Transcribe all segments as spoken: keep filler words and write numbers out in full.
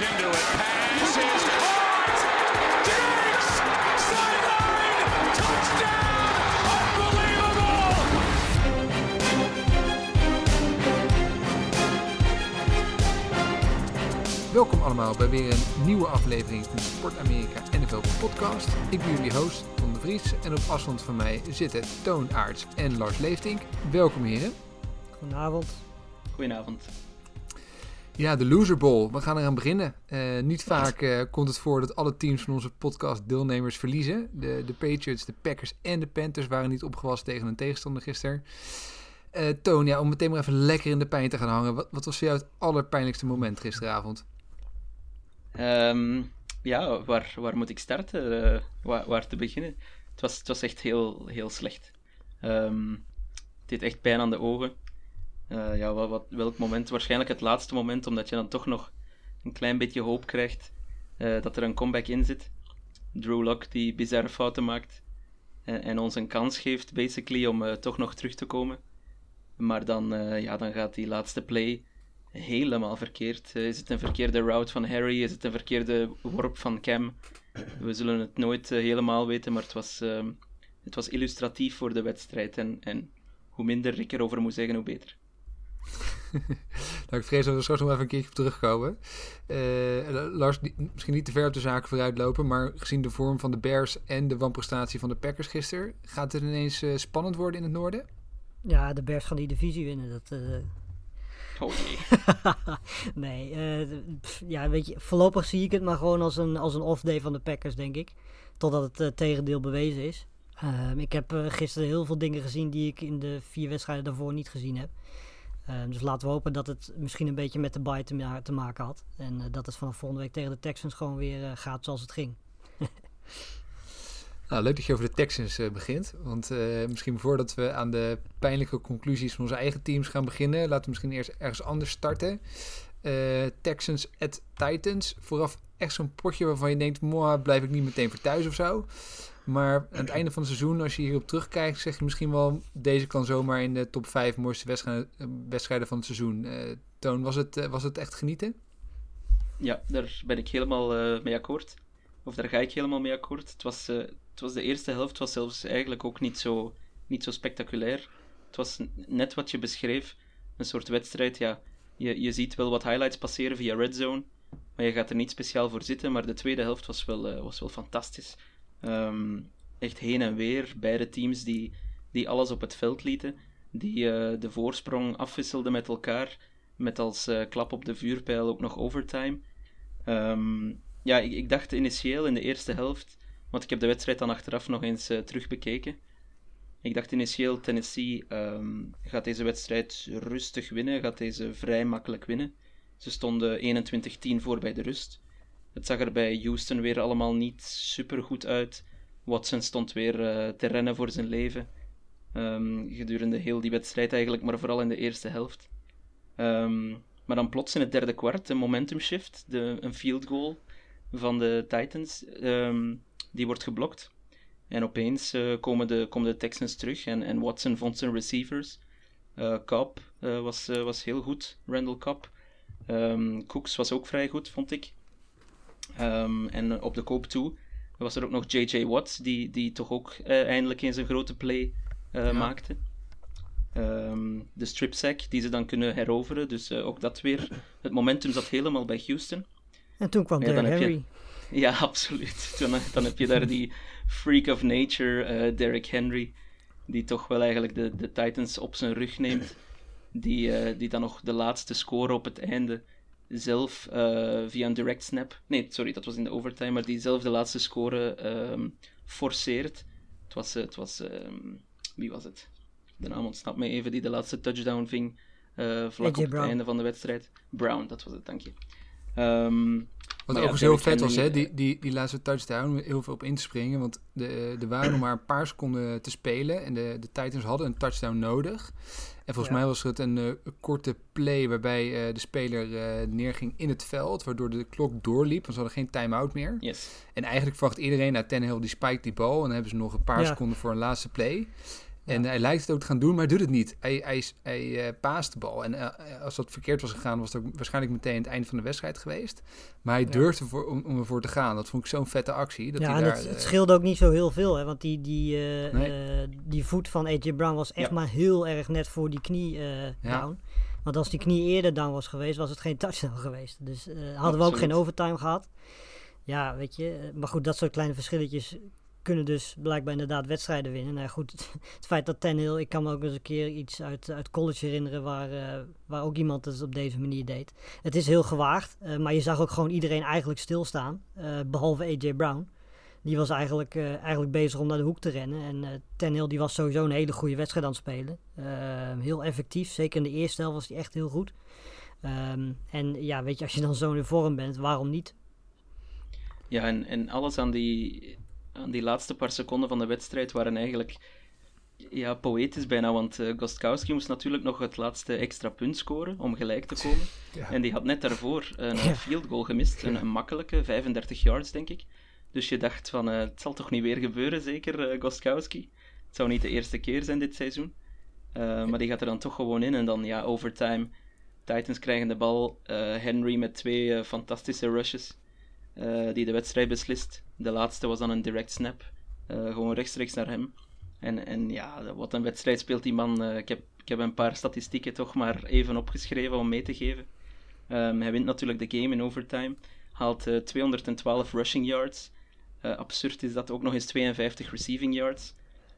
into it. Pass is caught. Diggs! Sideline! Touchdown! Unbelievable! Welkom allemaal bij weer een nieuwe aflevering van de Sport Amerika N F L podcast. Ik ben jullie host, Ton de Vries, en op afstand van mij zitten Toon Aerts en Lars Leeftink. Welkom heren. Goedenavond. Goedenavond. Ja, de Loser Bowl. We gaan eraan beginnen. Uh, niet vaak uh, komt het voor dat alle teams van onze podcast deelnemers verliezen. De, de Patriots, de Packers en de Panthers waren niet opgewassen tegen hun tegenstander gisteren. Uh, Toon, ja, om meteen maar even lekker in de pijn te gaan hangen. Wat, wat was voor jou het allerpijnlijkste moment gisteravond? Um, ja, waar, waar moet ik starten? Uh, waar, waar te beginnen? Het was, het was echt heel, heel slecht. Um, het deed echt pijn aan de ogen. Uh, ja, wat, wat, welk moment? Waarschijnlijk het laatste moment, omdat je dan toch nog een klein beetje hoop krijgt uh, dat er een comeback in zit. Drew Lock die bizarre fouten maakt en, en ons een kans geeft, basically, om uh, toch nog terug te komen. Maar dan, uh, ja, dan gaat die laatste play helemaal verkeerd. Uh, is het een verkeerde route van Harry? Is het een verkeerde worp van Cam? We zullen het nooit uh, helemaal weten, maar het was, uh, het was illustratief voor de wedstrijd. En, en hoe minder ik erover moet zeggen, hoe beter. Nou, ik vrees dat we straks nog even een keertje op terugkomen. Uh, Lars, die, misschien niet te ver op de zaken vooruit lopen, maar gezien de vorm van de Bears en de wanprestatie van de Packers gisteren, gaat het ineens uh, spannend worden in het noorden? Ja, de Bears gaan die divisie winnen. Dat, uh... Oh nee. nee, uh, pff, ja, weet je, voorlopig zie ik het maar gewoon als een, als een off-day van de Packers, denk ik. Totdat het uh, tegendeel bewezen is. Uh, ik heb uh, gisteren heel veel dingen gezien die ik in de vier wedstrijden daarvoor niet gezien heb. Uh, dus laten we hopen dat het misschien een beetje met de bye te, ma- te maken had. En uh, dat het vanaf volgende week tegen de Texans gewoon weer uh, gaat zoals het ging. Nou, leuk dat je over de Texans uh, begint. Want uh, misschien voordat we aan de pijnlijke conclusies van onze eigen teams gaan beginnen, laten we misschien eerst ergens anders starten. Uh, Texans at Titans. Vooraf echt zo'n potje waarvan je denkt, moah, blijf ik niet meteen voor thuis of zo. Maar aan het einde van het seizoen, als je hierop terugkijkt, zeg je misschien wel, deze kan zomaar in de top vijf mooiste wedstrijden, wedstrijden van het seizoen. Uh, Toon, was het, uh, was het echt genieten? Ja, daar ben ik helemaal uh, mee akkoord. Of daar ga ik helemaal mee akkoord. Het was, uh, het was de eerste helft was zelfs eigenlijk ook niet zo, niet zo spectaculair. Het was net wat je beschreef. Een soort wedstrijd, ja. Je, je ziet wel wat highlights passeren via Red Zone, maar je gaat er niet speciaal voor zitten. Maar de tweede helft was wel, uh, was wel fantastisch. Um, echt heen en weer. Beide teams die, die alles op het veld lieten. Die uh, de voorsprong afwisselden met elkaar. Met als uh, klap op de vuurpijl ook nog overtime. Um, ja, ik, ik dacht initieel in de eerste helft, want ik heb de wedstrijd dan achteraf nog eens uh, terugbekeken. Ik dacht initieel Tennessee um, gaat deze wedstrijd rustig winnen, gaat deze vrij makkelijk winnen. Ze stonden eenentwintig tien voor bij de rust. Het zag er bij Houston weer allemaal niet super goed uit. Watson stond weer uh, te rennen voor zijn leven. Um, gedurende heel die wedstrijd eigenlijk, maar vooral in de eerste helft. Um, maar dan plots in het derde kwart, een momentum shift, de, een field goal van de Titans, um, die wordt geblokt. En opeens uh, komen, de, komen de Texans terug en, en Watson vond zijn receivers. Uh, Cobb uh, was, uh, was heel goed, Randall Cobb. Um, Cooks was ook vrij goed, vond ik. Um, en op de koop toe was er ook nog J J Watt, die, die toch ook uh, eindelijk eens een grote play uh, ja. maakte. Um, de strip sack die ze dan kunnen heroveren, dus uh, ook dat weer. Het momentum zat helemaal bij Houston. En toen kwam ja, Derrick Henry. Je, ja, absoluut. Toen, dan heb je daar die freak of nature, uh, Derrick Henry, die toch wel eigenlijk de, de Titans op zijn rug neemt. Die, uh, die dan nog de laatste score op het einde zelf uh, via een direct snap... Nee, sorry, dat was in de overtime, maar die zelf de laatste score um, forceert. Het was... Uh, het was um, wie was het? De naam ontsnapt me even, die de laatste touchdown ving uh, vlak op het einde van de wedstrijd. Brown, dat was het, dank je. Um, Wat overigens ja, heel vet was, hè, die, die, die laatste touchdown, heel veel op in te springen, want de, er waren nog maar een paar seconden te spelen en de, de Titans hadden een touchdown nodig. En volgens ja. mij was het een, uh, een korte play waarbij uh, de speler uh, neerging in het veld, waardoor de klok doorliep, want ze hadden geen time-out meer. Yes. En eigenlijk verwacht iedereen, nou, Tannehill die spiked die bal en dan hebben ze nog een paar ja. seconden voor een laatste play. En Ja. hij lijkt het ook te gaan doen, maar hij doet het niet. Hij, hij, hij uh, paast de bal. En uh, als dat verkeerd was gegaan, was het ook waarschijnlijk meteen het eind van de wedstrijd geweest. Maar hij Ja. durfde voor, om, om ervoor te gaan. Dat vond ik zo'n vette actie. Dat ja, hij en daar, het, uh, het scheelde ook niet zo heel veel, hè, want die, die, uh, Nee. uh, die voet van A J Brown was echt Ja. maar heel erg net voor die knie uh, Ja. down. Want als die knie eerder down was geweest, was het geen touchdown geweest. Dus uh, hadden we ook Absoluut. geen overtime gehad. Ja, weet je. Maar goed, dat soort kleine verschilletjes kunnen dus blijkbaar inderdaad wedstrijden winnen. Nou goed, het, het feit dat Tannehill, ik kan me ook eens een keer iets uit, uit college herinneren waar, uh, waar ook iemand het op deze manier deed. Het is heel gewaagd, uh, maar je zag ook gewoon iedereen eigenlijk stilstaan, uh, behalve A J Brown. Die was eigenlijk, uh, eigenlijk bezig om naar de hoek te rennen. En uh, Tannehill die was sowieso een hele goede wedstrijd aan het spelen. Uh, heel effectief, zeker in de eerste helft was hij echt heel goed. Um, en ja, weet je, als je dan zo in vorm bent, waarom niet? Ja, en, en alles aan die, aan die laatste paar seconden van de wedstrijd waren eigenlijk ja, poëtisch bijna. Want uh, Gostkowski moest natuurlijk nog het laatste extra punt scoren om gelijk te komen. Ja. En die had net daarvoor een Ja. field goal gemist. Een, een makkelijke, vijfendertig yards denk ik. Dus je dacht van, uh, het zal toch niet weer gebeuren, zeker, uh, Gostkowski. Het zou niet de eerste keer zijn dit seizoen. Uh, maar die gaat er dan toch gewoon in. En dan, ja, overtime. Titans krijgen de bal. Uh, Henry met twee uh, fantastische rushes. Uh, die de wedstrijd beslist. De laatste was dan een direct snap. Uh, gewoon rechtstreeks naar hem. En, en ja, wat een wedstrijd speelt die man. Uh, ik, heb, ik heb een paar statistieken toch maar even opgeschreven om mee te geven. Um, hij wint natuurlijk de game in overtime. Haalt uh, tweehonderdtwaalf rushing yards. Uh, absurd is dat, ook nog eens tweeënvijftig receiving yards.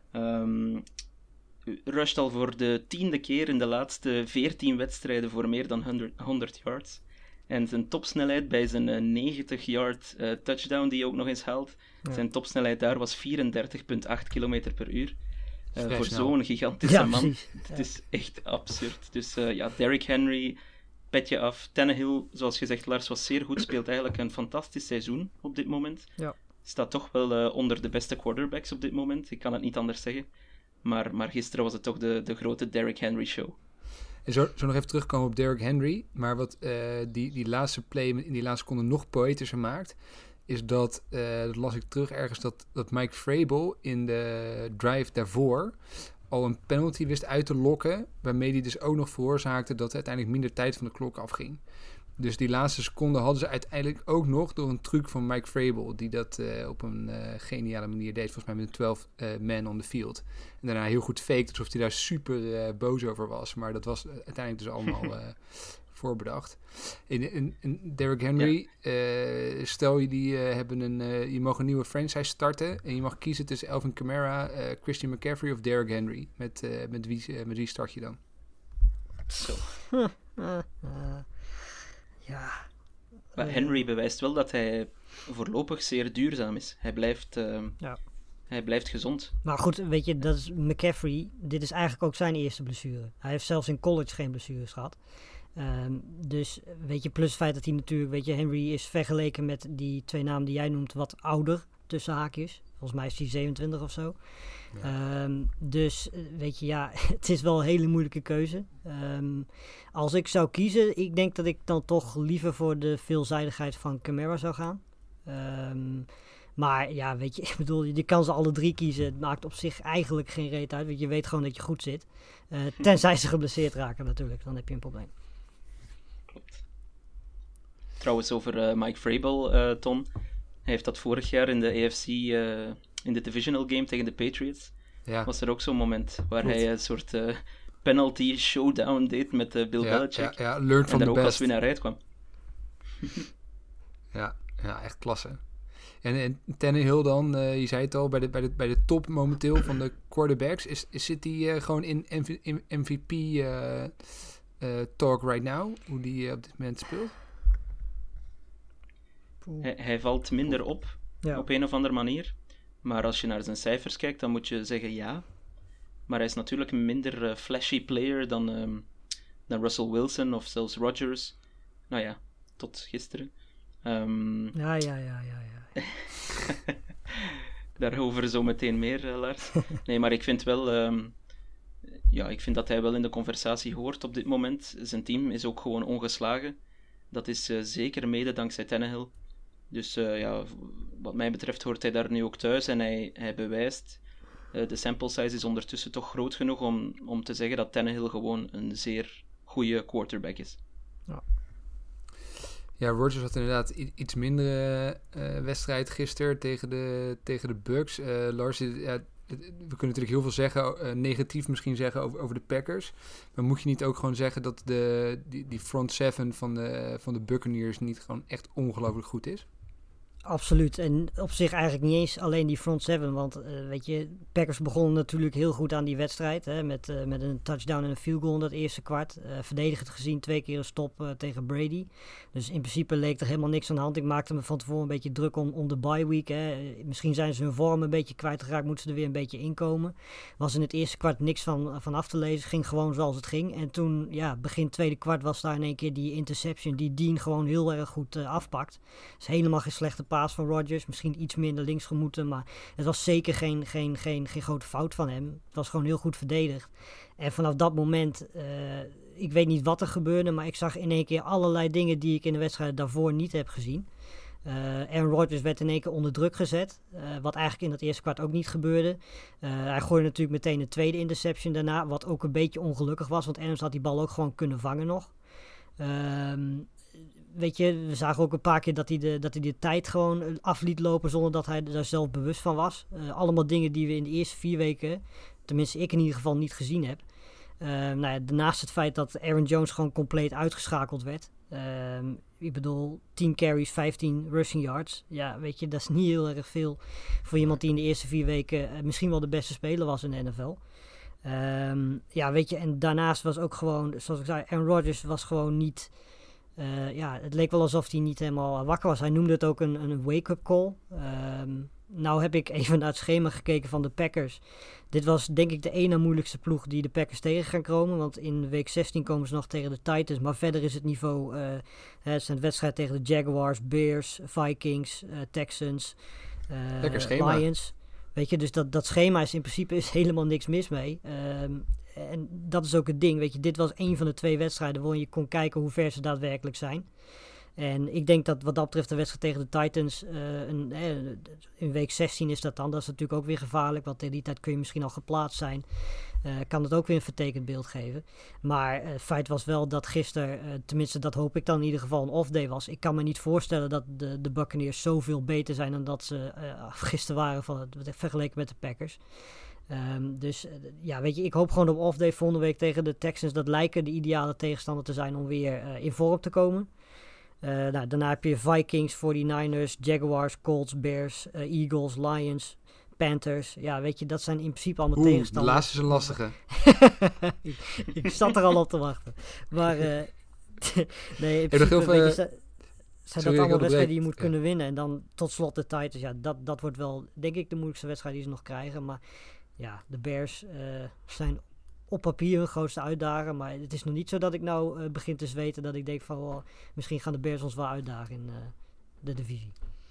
Um, rusht al voor de tiende keer in de laatste veertien wedstrijden voor meer dan honderd, honderd yards. En zijn topsnelheid bij zijn uh, negentig yard uh, touchdown die hij ook nog eens haalt. Ja. Zijn topsnelheid daar was vierendertig komma acht kilometer per uur. Uh, Vrij voor snel. zo'n gigantische Ja, man. precies. Het is echt absurd. Dus uh, ja, Derrick Henry, petje af. Tannehill, zoals gezegd, Lars, was zeer goed. Speelt eigenlijk een fantastisch seizoen op dit moment. Ja. Staat toch wel uh, onder de beste quarterbacks op dit moment. Ik kan het niet anders zeggen. Maar, maar gisteren was het toch de, de grote Derrick Henry show. En zo, zo nog even terugkomen op Derrick Henry. Maar wat uh, die, die laatste play in die laatste seconde nog poëtischer maakt, is dat, uh, dat las ik terug ergens, dat, dat Mike Vrabel in de drive daarvoor al een penalty wist uit te lokken, waarmee hij dus ook nog veroorzaakte dat er uiteindelijk minder tijd van de klok afging. Dus die laatste seconde hadden ze uiteindelijk ook nog door een truc van Mike Vrabel, die dat uh, op een uh, geniale manier deed, volgens mij met een twaalf uh, man on the field. En daarna heel goed faked, alsof hij daar super uh, boos over was. Maar dat was uh, uiteindelijk dus allemaal uh, voorbedacht. In, in, in Derrick Henry, ja. uh, stel je die uh, hebben een, uh, je mag een nieuwe franchise starten en je mag kiezen tussen Alvin Kamara, uh, Christian McCaffrey of Derrick Henry. Met, uh, met, wie, uh, met wie start je dan? Zo. Uh, uh, ja. Maar Henry bewijst wel dat hij voorlopig zeer duurzaam is. Hij blijft, uh, ja. hij blijft gezond. Maar goed, weet je, dat is McCaffrey. Dit is eigenlijk ook zijn eerste blessure. Hij heeft zelfs in college geen blessures gehad. Um, dus weet je, plus het feit dat hij natuurlijk, weet je, Henry is vergeleken met die twee namen die jij noemt wat ouder, tussen haakjes. Volgens mij is hij zevenentwintig of zo. Ja. Um, dus weet je, ja, het is wel een hele moeilijke keuze. Um, als ik zou kiezen, ik denk dat ik dan toch liever voor de veelzijdigheid van Kamara zou gaan. Um, maar ja, weet je, ik bedoel, je kan ze alle drie kiezen. Het maakt op zich eigenlijk geen reet uit. Want je weet gewoon dat je goed zit. Uh, tenzij ze geblesseerd raken natuurlijk, dan heb je een probleem. Klopt. Trouwens, over uh, Mike Vrabel, uh, Ton. Hij heeft dat vorig jaar in de A F C, uh, in de divisional game tegen de Patriots. Ja. Was er ook zo'n moment waar Klopt. hij een soort uh, penalty showdown deed met uh, Bill ja, Belichick. Ja, ja, learn en from daar the ook best. als winnaar uitkwam. ja, ja, echt klasse. En, en Tannehill dan, uh, je zei het al, bij de, bij, de, bij de top momenteel van de quarterbacks. Is, is, zit hij uh, gewoon in M V P uh, uh, talk right now? Hoe die uh, op dit moment speelt? Hij, hij valt minder op, ja. op een of andere manier. Maar als je naar zijn cijfers kijkt, dan moet je zeggen ja. Maar hij is natuurlijk een minder uh, flashy player dan, um, dan Russell Wilson of zelfs Rodgers. Nou ja, tot gisteren. Um, ja, ja, ja, ja, ja. Daarover zo meteen meer, uh, Lars. Nee, maar ik vind wel... Um, ja, ik vind dat hij wel in de conversatie hoort op dit moment. Zijn team is ook gewoon ongeslagen. Dat is uh, zeker mede dankzij Tannehill. Dus uh, ja, wat mij betreft hoort hij daar nu ook thuis. En hij, hij bewijst Uh, de sample size is ondertussen toch groot genoeg om, om te zeggen dat Tannehill gewoon een zeer goede quarterback is. Ja, ja, Rodgers had inderdaad iets mindere uh, wedstrijd gisteren tegen de, tegen de Bucks. Uh, Lars, ja, we kunnen natuurlijk heel veel zeggen, uh, negatief misschien zeggen over, over de Packers. Maar moet je niet ook gewoon zeggen dat de, die, die front seven van de, van de Buccaneers niet gewoon echt ongelooflijk goed is? Absoluut. En op zich eigenlijk niet eens alleen die front seven. Want uh, weet je, Packers begonnen natuurlijk heel goed aan die wedstrijd. Hè, met, uh, met een touchdown en een field goal in dat eerste kwart. Uh, verdedigend gezien twee keer een stop uh, tegen Brady. Dus in principe leek er helemaal niks aan de hand. Ik maakte me van tevoren een beetje druk om, om de bye week. Hè. Uh, misschien zijn ze hun vorm een beetje kwijtgeraakt. Moeten ze er weer een beetje inkomen. Was in het eerste kwart niks van, van af te lezen. Ging gewoon zoals het ging. En toen, ja, begin tweede kwart was daar in één keer die interception. Die Dean gewoon heel erg goed uh, afpakt. Is helemaal geen slechte paas van Rodgers. Misschien iets minder links gemoeten, maar het was zeker geen, geen, geen, geen grote fout van hem. Het was gewoon heel goed verdedigd. En vanaf dat moment, uh, ik weet niet wat er gebeurde, maar ik zag in één keer allerlei dingen die ik in de wedstrijd daarvoor niet heb gezien. Uh, Aaron Rodgers werd in één keer onder druk gezet, uh, wat eigenlijk in dat eerste kwart ook niet gebeurde. Uh, hij gooide natuurlijk meteen een tweede interception daarna, wat ook een beetje ongelukkig was, want Adams had die bal ook gewoon kunnen vangen nog. Um, Weet je, we zagen ook een paar keer dat hij de, dat hij de tijd gewoon af liet lopen zonder dat hij daar zelf bewust van was. Uh, allemaal dingen die we in de eerste vier weken, tenminste ik in ieder geval, niet gezien heb. Uh, nou ja, naast het feit dat Aaron Jones gewoon compleet uitgeschakeld werd. Uh, ik bedoel, tien carries, vijftien rushing yards. Ja, weet je, dat is niet heel erg veel voor iemand die in de eerste vier weken uh, misschien wel de beste speler was in de N F L. Um, ja, weet je, en daarnaast was ook gewoon, zoals ik zei, Aaron Rodgers was gewoon niet... Uh, ja, het leek wel alsof hij niet helemaal wakker was. Hij noemde het ook een, een wake-up call. Um, nou heb ik even naar het schema gekeken van de Packers. Dit was denk ik de ene moeilijkste ploeg die de Packers tegen gaan komen. Want in week zestien komen ze nog tegen de Titans. Maar verder is het niveau... Uh, het zijn wedstrijden tegen de Jaguars, Bears, Vikings, uh, Texans, uh, Lions. Weet je, dus dat, dat schema is in principe is helemaal niks mis mee. Um, En dat is ook het ding, weet je, dit was een van de twee wedstrijden waarin je kon kijken hoe ver ze daadwerkelijk zijn. En ik denk dat wat dat betreft de wedstrijd tegen de Titans, uh, een, eh, in week zestien is dat dan, dat is natuurlijk ook weer gevaarlijk, want tegen die tijd kun je misschien al geplaatst zijn. Uh, kan het ook weer een vertekend beeld geven. Maar uh, het feit was wel dat gisteren, uh, tenminste dat hoop ik dan in ieder geval, een off-day was. Ik kan me niet voorstellen dat de, de Buccaneers zoveel beter zijn dan dat ze uh, gisteren waren van het, vergeleken met de Packers. Um, dus uh, ja, weet je, ik hoop gewoon op off-day volgende week tegen de Texans. Dat lijken de ideale tegenstander te zijn om weer uh, in vorm te komen. Uh, nou, daarna heb je Vikings, forty-niners, Jaguars, Colts, Bears, uh, Eagles, Lions, Panthers. Ja, weet je, dat zijn in principe allemaal Oeh, tegenstanders. De laatste is een lastige. ik, ik zat er al op te wachten. Maar uh, nee, in Heb principe veel, weet je, zijn sorry, dat allemaal wedstrijden die je moet ja. kunnen winnen. En dan tot slot de Titans. Ja, dat, dat wordt wel, denk ik, de moeilijkste wedstrijd die ze nog krijgen. Maar ja, de Bears uh, zijn op papier hun grootste uitdager. Maar het is nog niet zo dat ik nou uh, begin te zweten dat ik denk van, well, misschien gaan de Bears ons wel uitdagen in uh, de divisie.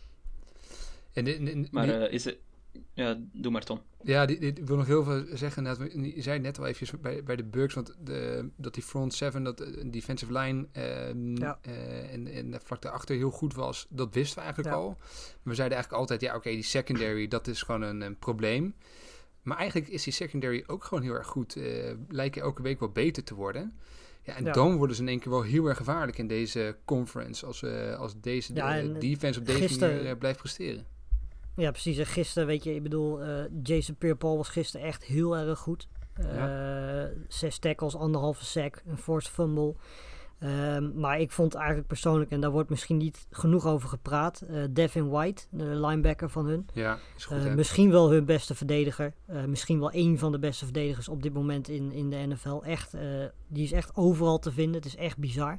En, en, en, maar die, uh, is het... Ja, doe maar, Tom. Ja, die, die, ik wil nog heel veel zeggen. Je zei net al eventjes bij, bij de Bucks, want de, dat die front seven, dat een defensive line uh, ja. uh, en, en vlak daarachter heel goed was, dat wisten we eigenlijk ja. al. We zeiden eigenlijk altijd, ja oké, okay, die secondary, dat is gewoon een, een probleem. Maar eigenlijk is die secondary ook gewoon heel erg goed. Uh, lijken elke week wel beter te worden. Ja, en ja. dan worden ze in één keer wel heel erg gevaarlijk in deze conference, als, uh, als deze ja, de, defense op deze gisteren, manier uh, blijft presteren. Ja, precies. En gisteren, weet je, ik bedoel, uh, Jason Pierre-Paul was gisteren echt heel erg goed. Uh, ja. Zes tackles, anderhalve sack, een forced fumble. Um, maar ik vond eigenlijk persoonlijk, en daar wordt misschien niet genoeg over gepraat, uh, Devin White, de linebacker van hun. Ja, is goed, uh, misschien wel hun beste verdediger. Uh, misschien wel één van de beste verdedigers op dit moment in, in de N F L. Echt, uh, die is echt overal te vinden. Het is echt bizar.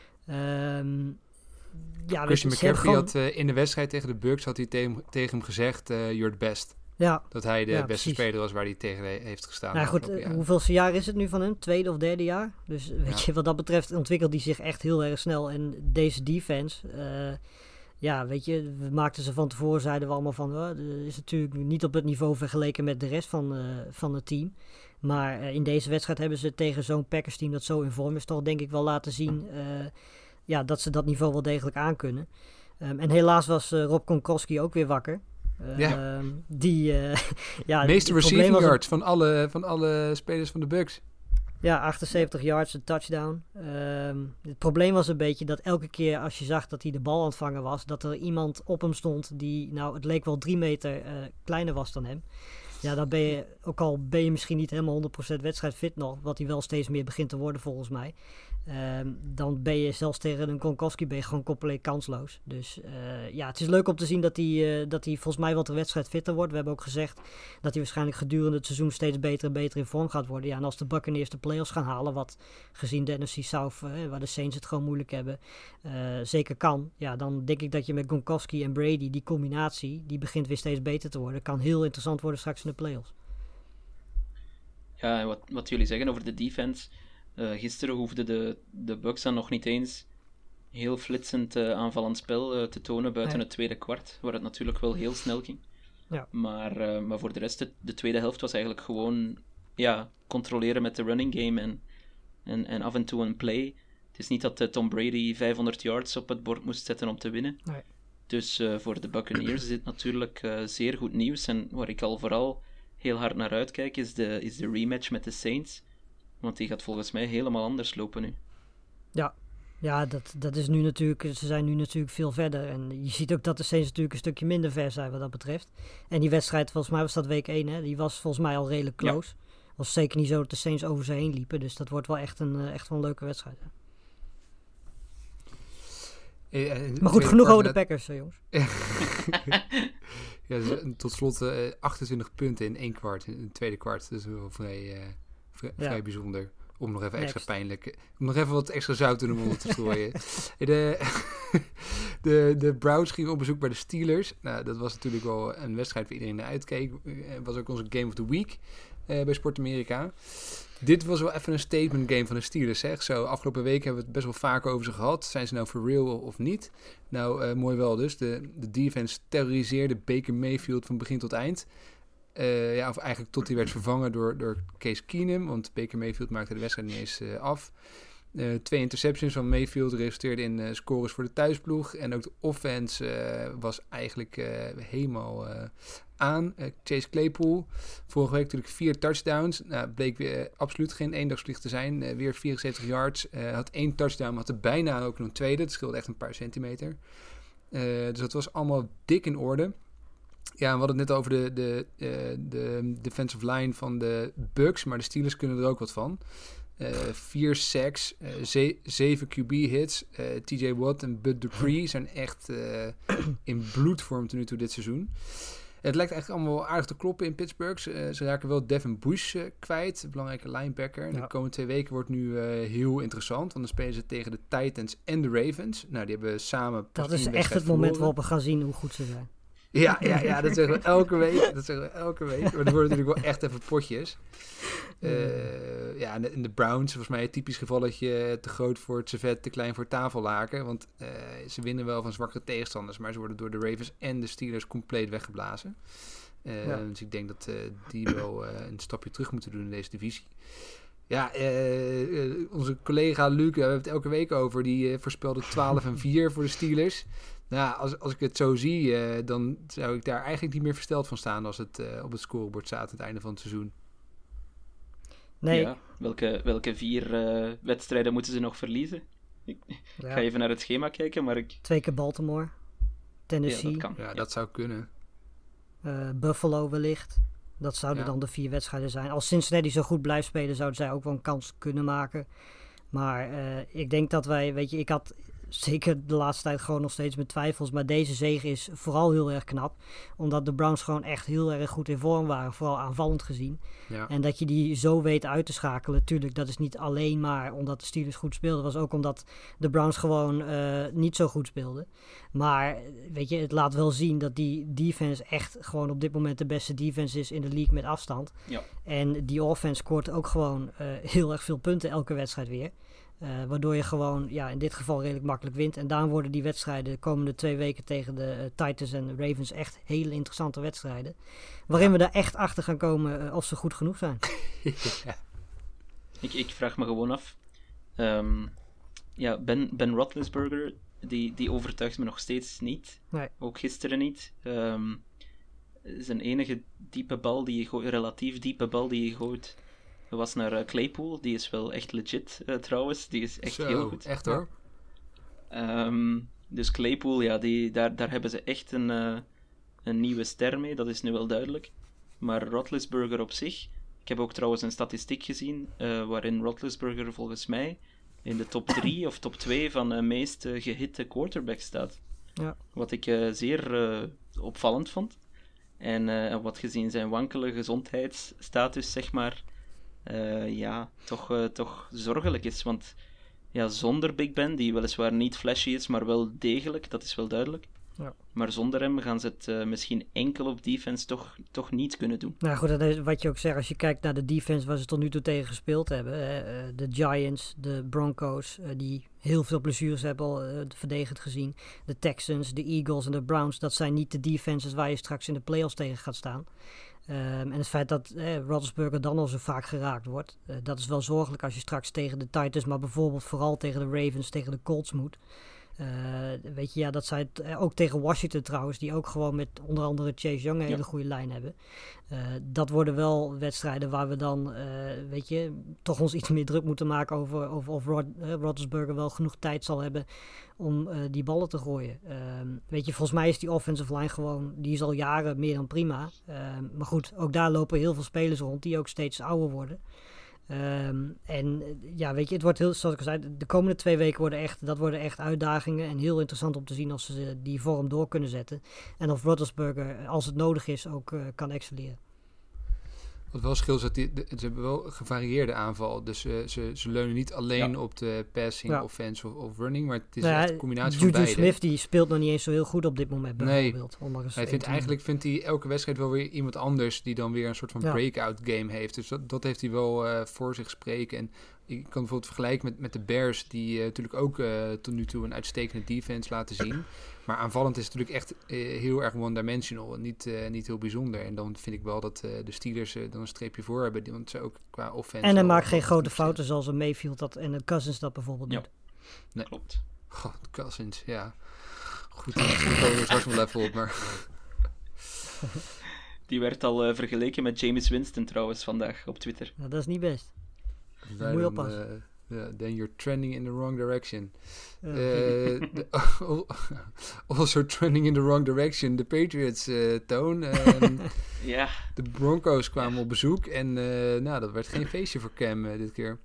Um, Ja, Christian McCaffrey gewoon... had uh, in de wedstrijd tegen de Bucks had hij tegen, tegen hem gezegd, uh, you're the best. Ja. Dat hij de ja, beste precies. speler was waar hij tegen heeft gestaan. Nou goed, uh, hoeveelste jaar is het nu van hem? Tweede of derde jaar? Dus weet ja. je, wat dat betreft ontwikkelt hij zich echt heel erg snel. En deze defense, uh, ja, weet je, we maakten ze van tevoren, zeiden we allemaal van, uh, is natuurlijk niet op het niveau vergeleken met de rest van, uh, van het team. Maar uh, in deze wedstrijd hebben ze tegen zo'n Packers team dat zo in vorm is, toch denk ik wel laten zien... Uh, ja, dat ze dat niveau wel degelijk aankunnen. Um, en helaas was uh, Rob Gronkowski ook weer wakker. Ja. Uh, die, uh, ja, meeste het receiving was yards van alle, van alle spelers van de Bucks. Ja, achtenzeventig yards, een touchdown. Um, het probleem was een beetje dat elke keer als je zag dat hij de bal aan het vangen was, dat er iemand op hem stond die, nou, het leek wel drie meter uh, kleiner was dan hem. Ja, dan ben je, ook al ben je misschien niet helemaal honderd procent wedstrijdfit nog, wat hij wel steeds meer begint te worden volgens mij. Um, dan ben je zelfs tegen een Gronkowski ben je gewoon compleet kansloos. Dus uh, ja, het is leuk om te zien dat hij, uh, dat hij volgens mij wat de wedstrijd fitter wordt. We hebben ook gezegd dat hij waarschijnlijk gedurende het seizoen steeds beter en beter in vorm gaat worden. Ja, en als de Buccaneers de playoffs gaan halen, wat gezien de N F C South, uh, waar de Saints het gewoon moeilijk hebben, uh, zeker kan. Ja, dan denk ik dat je met Gronkowski en Brady, die combinatie, die begint weer steeds beter te worden. Kan heel interessant worden straks in de playoffs. Ja, en wat, wat jullie zeggen over de defense. Uh, gisteren hoefden de, de Bucks dan nog niet eens heel flitsend uh, aanvallend spel uh, te tonen buiten nee. het tweede kwart, waar het natuurlijk wel heel snel ging. Ja. Maar, uh, maar voor de rest, de, de tweede helft was eigenlijk gewoon ja, controleren met de running game en, en, en af en toe een play. Het is niet dat uh, Tom Brady vijfhonderd yards op het bord moest zetten om te winnen. Nee. Dus uh, voor de Buccaneers is dit natuurlijk uh, zeer goed nieuws. En waar ik al vooral heel hard naar uitkijk, is de, is de rematch met de Saints. Want die gaat volgens mij helemaal anders lopen nu. Ja, ja dat, dat is nu natuurlijk, ze zijn nu natuurlijk veel verder. En je ziet ook dat de Saints natuurlijk een stukje minder ver zijn wat dat betreft. En die wedstrijd, volgens mij was dat week één, hè, die was volgens mij al redelijk close. Ja. Was zeker niet zo dat de Saints over ze heen liepen. Dus dat wordt wel echt een, echt wel een leuke wedstrijd. Hè. Ja, maar goed, genoeg over de Packers, hè, jongens. Ja, tot slot uh, achtentwintig punten in één kwart, in het tweede kwart. Dat is wel vrij, uh, vrij, ja. vrij bijzonder. Om nog even extra Next. pijnlijk... Om nog even wat extra zout in de mond te strooien. de, de, de Browns gingen op bezoek bij de Steelers. Nou, dat was natuurlijk wel een wedstrijd waar iedereen naar uitkeek. Het was ook onze Game of the Week uh, bij Sport Amerika. Dit was wel even een statement game van de Steelers, zeg. Zo, afgelopen week hebben we het best wel vaak over ze gehad. Zijn ze nou for real of niet? Nou, uh, mooi wel dus. De, de defense terroriseerde Baker Mayfield van begin tot eind. Uh, ja, of eigenlijk tot hij werd vervangen door, door Case Keenum. Want Baker Mayfield maakte de wedstrijd niet eens uh, af. Uh, twee interceptions van Mayfield resulteerden in uh, scores voor de thuisploeg. En ook de offense uh, was eigenlijk uh, helemaal uh, aan. Uh, Chase Claypool, vorige week natuurlijk vier touchdowns. Nou, bleek weer uh, absoluut geen eendagsvlieg te zijn. Uh, weer vierenzeventig yards. Uh, had één touchdown, had er bijna ook nog een tweede. Dat scheelde echt een paar centimeter. Uh, dus dat was allemaal dik in orde. Ja, we hadden het net over de, de, uh, de defensive line van de Bucks, maar de Steelers kunnen er ook wat van. Uh, vier sacks, uh, ze- zeven Q B-hits. Uh, T J Watt en Bud Dupree zijn echt uh, in bloedvorm tot nu toe dit seizoen. Het lijkt eigenlijk allemaal aardig te kloppen in Pittsburgh. Uh, ze raken wel Devin Bush uh, kwijt, belangrijke linebacker. Ja. De komende twee weken wordt nu uh, heel interessant, want dan spelen ze tegen de Titans en de Ravens. Nou, die hebben samen... Dat is echt het moment waarop we gaan zien hoe goed ze zijn. Ja, ja, ja, dat zeggen we elke week. Dat zeggen we elke week. Maar er worden natuurlijk wel echt even potjes. Uh, ja, en de, en de Browns, volgens mij een typisch gevalletje. Te groot voor het servet, te klein voor het tafellaken. Want uh, ze winnen wel van zwakke tegenstanders. Maar ze worden door de Ravens en de Steelers compleet weggeblazen. Uh, ja. Dus ik denk dat uh, die wel uh, een stapje terug moeten doen in deze divisie. Ja, uh, uh, onze collega Luc, we hebben het elke week over. Die uh, voorspelde twaalf en vier voor de Steelers. Nou, als, als ik het zo zie, uh, dan zou ik daar eigenlijk niet meer versteld van staan als het uh, op het scorebord staat aan het einde van het seizoen. Nee. Ja, welke, welke vier uh, wedstrijden moeten ze nog verliezen? Ik ja. ga even naar het schema kijken, maar ik... Twee keer Baltimore, Tennessee. Ja, dat, kan. Ja, dat zou kunnen. Uh, Buffalo wellicht. Dat zouden ja. dan de vier wedstrijden zijn. Als Cincinnati zo goed blijft spelen, zouden zij ook wel een kans kunnen maken. Maar uh, ik denk dat wij, weet je, ik had... Zeker de laatste tijd gewoon nog steeds met twijfels. Maar deze zege is vooral heel erg knap. Omdat de Browns gewoon echt heel erg goed in vorm waren. Vooral aanvallend gezien. Ja. En dat je die zo weet uit te schakelen. Tuurlijk, dat is niet alleen maar omdat de Steelers goed speelden. Het was ook omdat de Browns gewoon uh, niet zo goed speelden. Maar weet je, het laat wel zien dat die defense echt gewoon op dit moment de beste defense is in de league met afstand. Ja. En die offense scoort ook gewoon uh, heel erg veel punten elke wedstrijd weer. Uh, waardoor je gewoon ja, in dit geval redelijk makkelijk wint. En daarom worden die wedstrijden de komende twee weken tegen de uh, Titans en de Ravens echt hele interessante wedstrijden. Waarin ja. we daar echt achter gaan komen uh, of ze goed genoeg zijn. ja. ik, ik vraag me gewoon af. Um, ja, Ben, Ben Roethlisberger, die, die overtuigt me nog steeds niet. Nee. Ook gisteren niet. Um, zijn enige diepe bal, die je gooit, relatief diepe bal die je gooit, was naar uh, Claypool. Die is wel echt legit uh, trouwens. Die is echt Zo, heel goed. echt hoor. Um, dus Claypool, ja, die, daar, daar hebben ze echt een, uh, een nieuwe ster mee. Dat is nu wel duidelijk. Maar Roethlisberger op zich... Ik heb ook trouwens een statistiek gezien uh, waarin Roethlisberger volgens mij in de top drie of top twee van de meest uh, gehitte quarterbacks staat. Ja. Wat ik uh, zeer uh, opvallend vond. En uh, wat gezien zijn wankele gezondheidsstatus, zeg maar, uh, ja, toch, uh, toch zorgelijk is. Want ja, zonder Big Ben, die weliswaar niet flashy is, maar wel degelijk, dat is wel duidelijk. Ja. Maar zonder hem gaan ze het uh, misschien enkel op defense toch, toch niet kunnen doen. Nou goed, dat is wat je ook zegt, als je kijkt naar de defense waar ze tot nu toe tegen gespeeld hebben. Uh, de Giants, de Broncos, uh, die heel veel blessures hebben al uh, verdedigend gezien. De Texans, de Eagles en de Browns, dat zijn niet de defenses waar je straks in de playoffs tegen gaat staan. Um, en het feit dat eh, Roethlisberger dan al zo vaak geraakt wordt, uh, dat is wel zorgelijk als je straks tegen de Titans, maar bijvoorbeeld vooral tegen de Ravens, tegen de Colts moet. Uh, weet je, ja, dat zijn uh, ook tegen Washington trouwens, die ook gewoon met onder andere Chase Young een hele ja. goede lijn hebben. Uh, dat worden wel wedstrijden waar we dan, uh, weet je, toch ons iets meer druk moeten maken over, over of Rod, uh, Roethlisberger wel genoeg tijd zal hebben om uh, die ballen te gooien. Uh, weet je, volgens mij is die offensive line gewoon, die is al jaren meer dan prima. Uh, maar goed, ook daar lopen heel veel spelers rond die ook steeds ouder worden. Um, en ja, weet je, het wordt heel, zoals ik al zei, de komende twee weken worden echt, dat worden echt uitdagingen en heel interessant om te zien of ze die vorm door kunnen zetten. En of Roethlisberger, als het nodig is, ook uh, kan excelleren. Wat wel scheelt is dat die, de, ze hebben wel gevarieerde aanval. Dus uh, ze, ze leunen niet alleen ja. op de passing, ja. offense of, of running, maar het is nou, echt een combinatie Juju van beide. Juju Smith die speelt nog niet eens zo heel goed op dit moment bijvoorbeeld. Nee, hij hij vindt, eigenlijk vindt hij elke wedstrijd wel weer iemand anders die dan weer een soort van ja. breakout game heeft. Dus dat, dat heeft hij wel uh, voor zich spreken. En je kan bijvoorbeeld vergelijken met, met de Bears, die uh, natuurlijk ook uh, tot nu toe een uitstekende defense laten zien. Maar aanvallend is het natuurlijk echt uh, heel erg one-dimensional en niet, uh, niet heel bijzonder. En dan vind ik wel dat uh, de Steelers uh, dan een streepje voor hebben, want ze ook qua offense... En hij maakt geen grote fouten zoals een Mayfield dat, en een Cousins dat bijvoorbeeld ja. doet. Nee. Klopt. God, Cousins, ja. Goed, dat was wel even op, maar... Die werd al uh, vergeleken met Jameis Winston trouwens vandaag op Twitter. Nou, dat is niet best. Dat moet je oppassen. Uh, yeah, then you're trending in the wrong direction. Ja. Uh, the, also trending in the wrong direction. De Patriots, uh, Toon. Um, ja. De Broncos kwamen op bezoek. En uh, nou, dat werd geen feestje voor Cam uh, dit keer.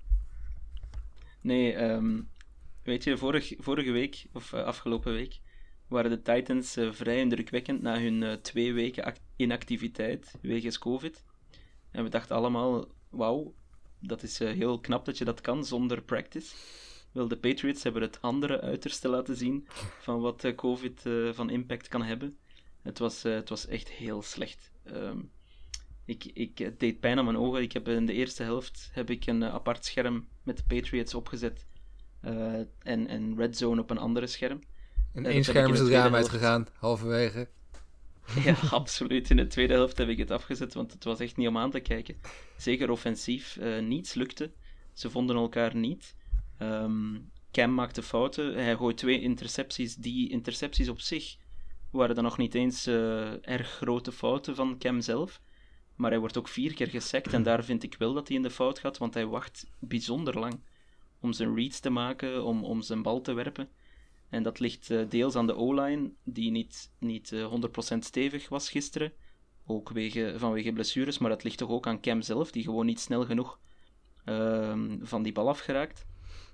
Nee, um, weet je, vorig, vorige week, of uh, afgelopen week, waren de Titans uh, vrij indrukwekkend na hun uh, twee weken act- inactiviteit wegens COVID. En we dachten allemaal, wauw, dat is uh, heel knap dat je dat kan zonder practice. Wel, de Patriots hebben het andere uiterste laten zien van wat uh, COVID uh, van impact kan hebben. Het was, uh, het was echt heel slecht. Um, ik, ik, het deed pijn aan mijn ogen. Ik heb in de eerste helft heb ik een uh, apart scherm met de Patriots opgezet. Uh, en, en Red Zone op een andere scherm. En één scherm is het raam uitgegaan, halverwege. Ja, absoluut. In de tweede helft heb ik het afgezet, want het was echt niet om aan te kijken. Zeker offensief. Uh, niets lukte. Ze vonden elkaar niet. Um, Cam maakte fouten. Hij gooit twee intercepties. Die intercepties op zich waren dan nog niet eens uh, erg grote fouten van Cam zelf. Maar hij wordt ook vier keer gesackt. En daar vind ik wel dat hij in de fout gaat, want hij wacht bijzonder lang om zijn reads te maken, om, om zijn bal te werpen. En dat ligt uh, deels aan de O-line, die niet, niet uh, honderd procent stevig was gisteren. Ook wege, vanwege blessures, maar dat ligt toch ook aan Cam zelf, die gewoon niet snel genoeg uh, van die bal afgeraakt.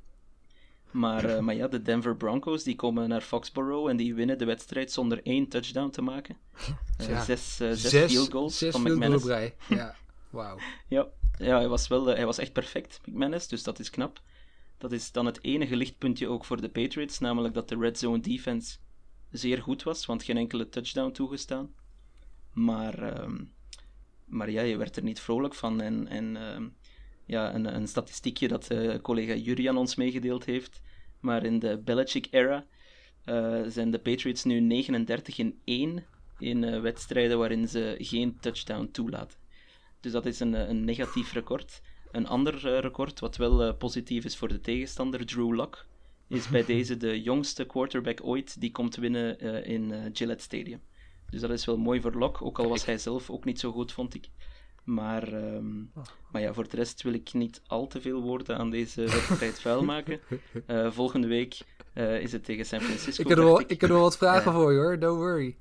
Maar, uh, maar ja, de Denver Broncos, die komen naar Foxborough en die winnen de wedstrijd zonder één touchdown te maken. Uh, ja. Zes, uh, zes, zes field goals zes van field McManus. Goal ja, wauw. ja, ja hij, was wel, uh, hij was echt perfect, McManus, dus dat is knap. Dat is dan het enige lichtpuntje ook voor de Patriots, namelijk dat de red zone defense zeer goed was, want geen enkele touchdown toegestaan. Maar, um, maar ja, je werd er niet vrolijk van. En, en um, ja, een, een statistiekje dat uh, collega Jurian ons meegedeeld heeft, maar in de Belichick-era uh, zijn de Patriots nu negenendertig in één in uh, wedstrijden waarin ze geen touchdown toelaten. Dus dat is een, een negatief record. Een ander uh, record, wat wel uh, positief is voor de tegenstander, Drew Lock, is bij deze de jongste quarterback ooit die komt winnen uh, in uh, Gillette Stadium. Dus dat is wel mooi voor Locke, ook al was hij zelf ook niet zo goed, vond ik. Maar, um, Oh. maar ja, voor de rest wil ik niet al te veel woorden aan deze wedstrijd vuil maken. Uh, volgende week uh, is het tegen San Francisco. Ik heb er wel, ik. ik heb er wel wat vragen Ja. voor je hoor, don't worry.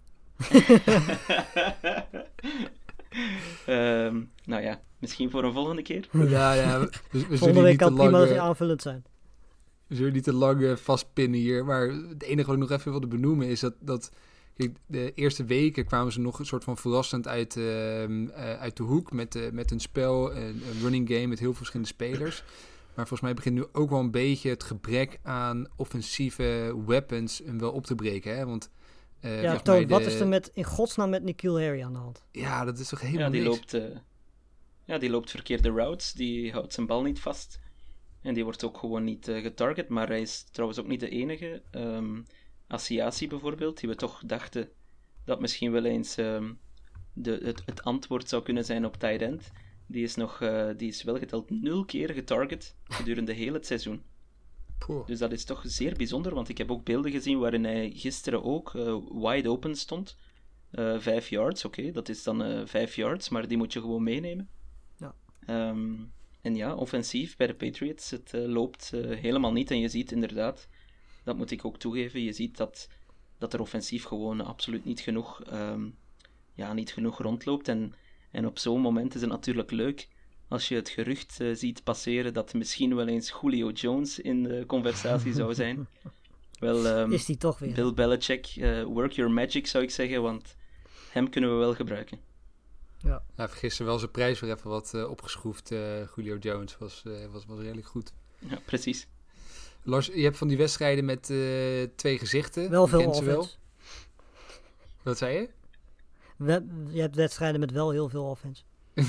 um, nou ja, misschien voor een volgende keer. Ja, ja, we, we zullen Volgende week niet te kan prima lang, eens uh, aanvullend zijn. we zullen niet te lang uh, vastpinnen hier. Maar het enige wat ik nog even wilde benoemen is dat... dat kijk, de eerste weken kwamen ze nog een soort van verrassend uit, uh, uh, uit de hoek met, uh, met een spel, een, een running game met heel veel verschillende spelers. Maar volgens mij begint nu ook wel een beetje het gebrek aan offensieve weapons hem wel op te breken. Hè? Want, uh, Ja, volgens Toon, mij de- wat is er met, in godsnaam met N'Keal Harry aan de hand? Ja, dat is toch helemaal Ja, die niks. loopt, uh, ja, die loopt verkeerde routes, die houdt zijn bal niet vast. En die wordt ook gewoon niet uh, getarget, maar hij is trouwens ook niet de enige. Um, Asiasi bijvoorbeeld, die we toch dachten dat misschien wel eens um, de, het, het antwoord zou kunnen zijn op tight end. Die is, nog, uh, die is wel geteld nul keer getarget gedurende heel het seizoen. Poeh. Dus dat is toch zeer bijzonder, want ik heb ook beelden gezien waarin hij gisteren ook uh, wide open stond. Uh, vijf yards, oké, okay, dat is dan uh, vijf yards, maar die moet je gewoon meenemen. Ja. Um, en ja, offensief bij de Patriots, het uh, loopt uh, helemaal niet. En je ziet inderdaad, dat moet ik ook toegeven, je ziet dat, dat er offensief gewoon absoluut niet genoeg, um, ja, niet genoeg rondloopt. En, en op zo'n moment is het natuurlijk leuk als je het gerucht uh, ziet passeren dat misschien wel eens Julio Jones in de conversatie zou zijn. Wel, um, Is die toch weer? Bill Belichick, uh, work your magic zou ik zeggen, want hem kunnen we wel gebruiken. Ja. Hij heeft gisteren wel zijn prijs weer even wat uh, opgeschroefd. Uh, Julio Jones was, uh, was, was redelijk goed. Ja, precies. Lars, je hebt van die wedstrijden met uh, twee gezichten. Wel Je veel kent ze wel. offense. Wat zei je? We, je hebt wedstrijden met wel heel veel offense.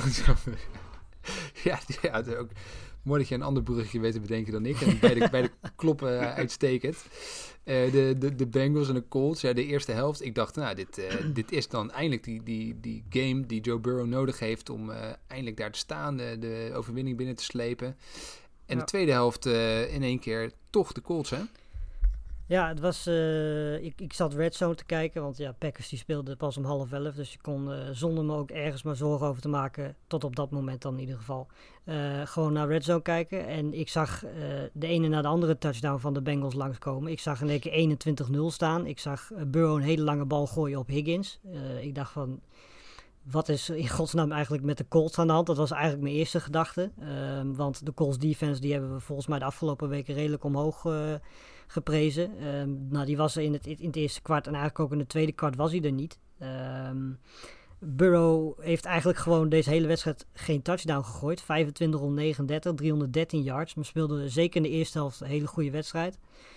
ja, ja, het is ook mooi dat je een ander bruggetje weet te bedenken dan ik. En beide, beide kloppen uh, uitstekend. Uh, de, de, de Bengals en de Colts, ja, de eerste helft. Ik dacht, nou, dit, uh, dit is dan eindelijk die, die, die game die Joe Burrow nodig heeft om uh, eindelijk daar te staan, de, de overwinning binnen te slepen. En Ja. de tweede helft uh, in één keer toch de Colts, hè? Ja, het was... Uh, ik, ik zat Red Zone te kijken, want ja, Packers die speelden pas om half elf. Dus je kon uh, zonder me ook ergens maar zorgen over te maken, tot op dat moment dan in ieder geval, uh, gewoon naar Red Zone kijken. En ik zag uh, de ene na de andere touchdown van de Bengals langskomen. Ik zag in één keer eenentwintig nul staan. Ik zag uh, Burrow een hele lange bal gooien op Higgins. Uh, ik dacht van... Wat is in godsnaam eigenlijk met de Colts aan de hand? Dat was eigenlijk mijn eerste gedachte. Um, want de Colts defense die hebben we volgens mij de afgelopen weken redelijk omhoog uh, geprezen. Um, nou, die was er in het, in het eerste kwart en eigenlijk ook in het tweede kwart was hij er niet. Um, Burrow heeft eigenlijk gewoon deze hele wedstrijd geen touchdown gegooid. vijfentwintig om negenendertig, driehonderddertien yards. Maar speelde zeker in de eerste helft een hele goede wedstrijd.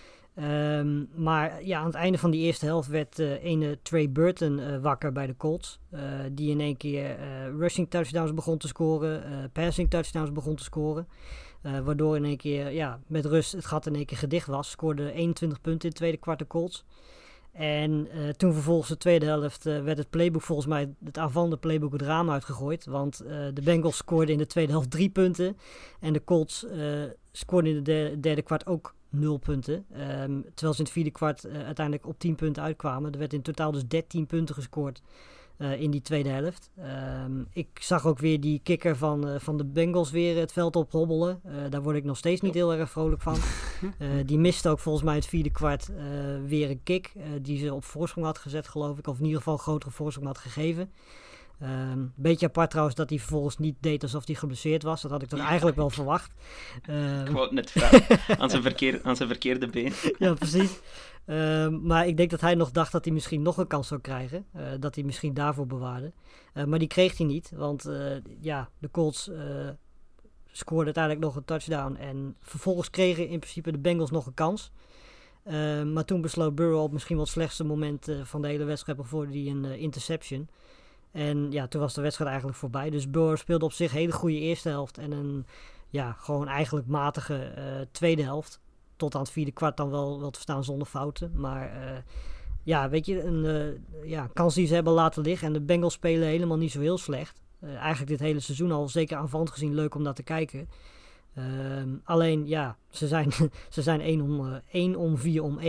Um, maar ja, aan het einde van die eerste helft werd uh, ene Trey Burton uh, wakker bij de Colts. Uh, die in één keer uh, rushing touchdowns begon te scoren, uh, passing touchdowns begon te scoren. Uh, waardoor in één keer ja, met rust het gat in één keer gedicht was. Scoorde eenentwintig punten in het tweede kwart de Colts. En uh, toen vervolgens de tweede helft uh, werd het playbook volgens mij, het aanvallende playbook het raam uitgegooid. Want uh, de Bengals scoorden in de tweede helft drie punten. En de Colts uh, scoorden in de derde, derde kwart ook nul punten. Um, terwijl ze in het vierde kwart uh, uiteindelijk op tien punten uitkwamen. Er werd in totaal dus dertien punten gescoord uh, in die tweede helft. Um, ik zag ook weer die kicker van, uh, van de Bengals weer het veld op hobbelen. Uh, daar word ik nog steeds niet heel erg vrolijk van. Uh, die miste ook volgens mij het vierde kwart uh, weer een kick. Uh, die ze op voorsprong had gezet, geloof ik. Of in ieder geval een grotere voorsprong had gegeven. Een um, beetje apart trouwens dat hij vervolgens niet deed alsof hij geblesseerd was. Dat had ik toch eigenlijk wel verwacht. Um, Ik wou het net vragen. aan, zijn verkeer, aan zijn verkeerde been. Ja, precies. Um, maar ik denk dat hij nog dacht dat hij misschien nog een kans zou krijgen. Uh, dat hij misschien daarvoor bewaarde. Uh, maar die kreeg hij niet. Want uh, ja, de Colts uh, scoorden uiteindelijk nog een touchdown. En vervolgens kregen in principe de Bengals nog een kans. Uh, maar toen besloot Burrow op misschien wel het slechtste moment uh, van de hele wedstrijd bevoorde hij een uh, interception. En ja, toen was de wedstrijd eigenlijk voorbij. Dus Burrow speelde op zich een hele goede eerste helft. En een ja, gewoon eigenlijk matige uh, tweede helft. Tot aan het vierde kwart dan wel, wel te verstaan zonder fouten. Maar uh, ja, weet je, een uh, ja, kans die ze hebben laten liggen. En de Bengals spelen helemaal niet zo heel slecht. Uh, eigenlijk dit hele seizoen al, zeker aanvallend gezien, leuk om naar te kijken. Uh, alleen, ja, ze zijn, ze zijn één om, uh, één om vier om één.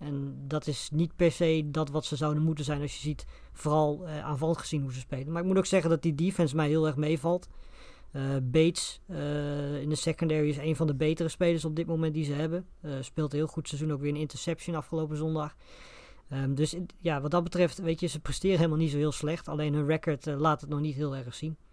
En dat is niet per se dat wat ze zouden moeten zijn als je ziet, vooral uh, aanvallend gezien hoe ze spelen. Maar ik moet ook zeggen dat die defense mij heel erg meevalt. Uh, Bates uh, in de secondary is een van de betere spelers op dit moment die ze hebben. Uh, speelt een heel goed seizoen, ook weer een interception afgelopen zondag. Um, dus ja, wat dat betreft, weet je, ze presteren helemaal niet zo heel slecht. Alleen hun record uh, laat het nog niet heel erg zien.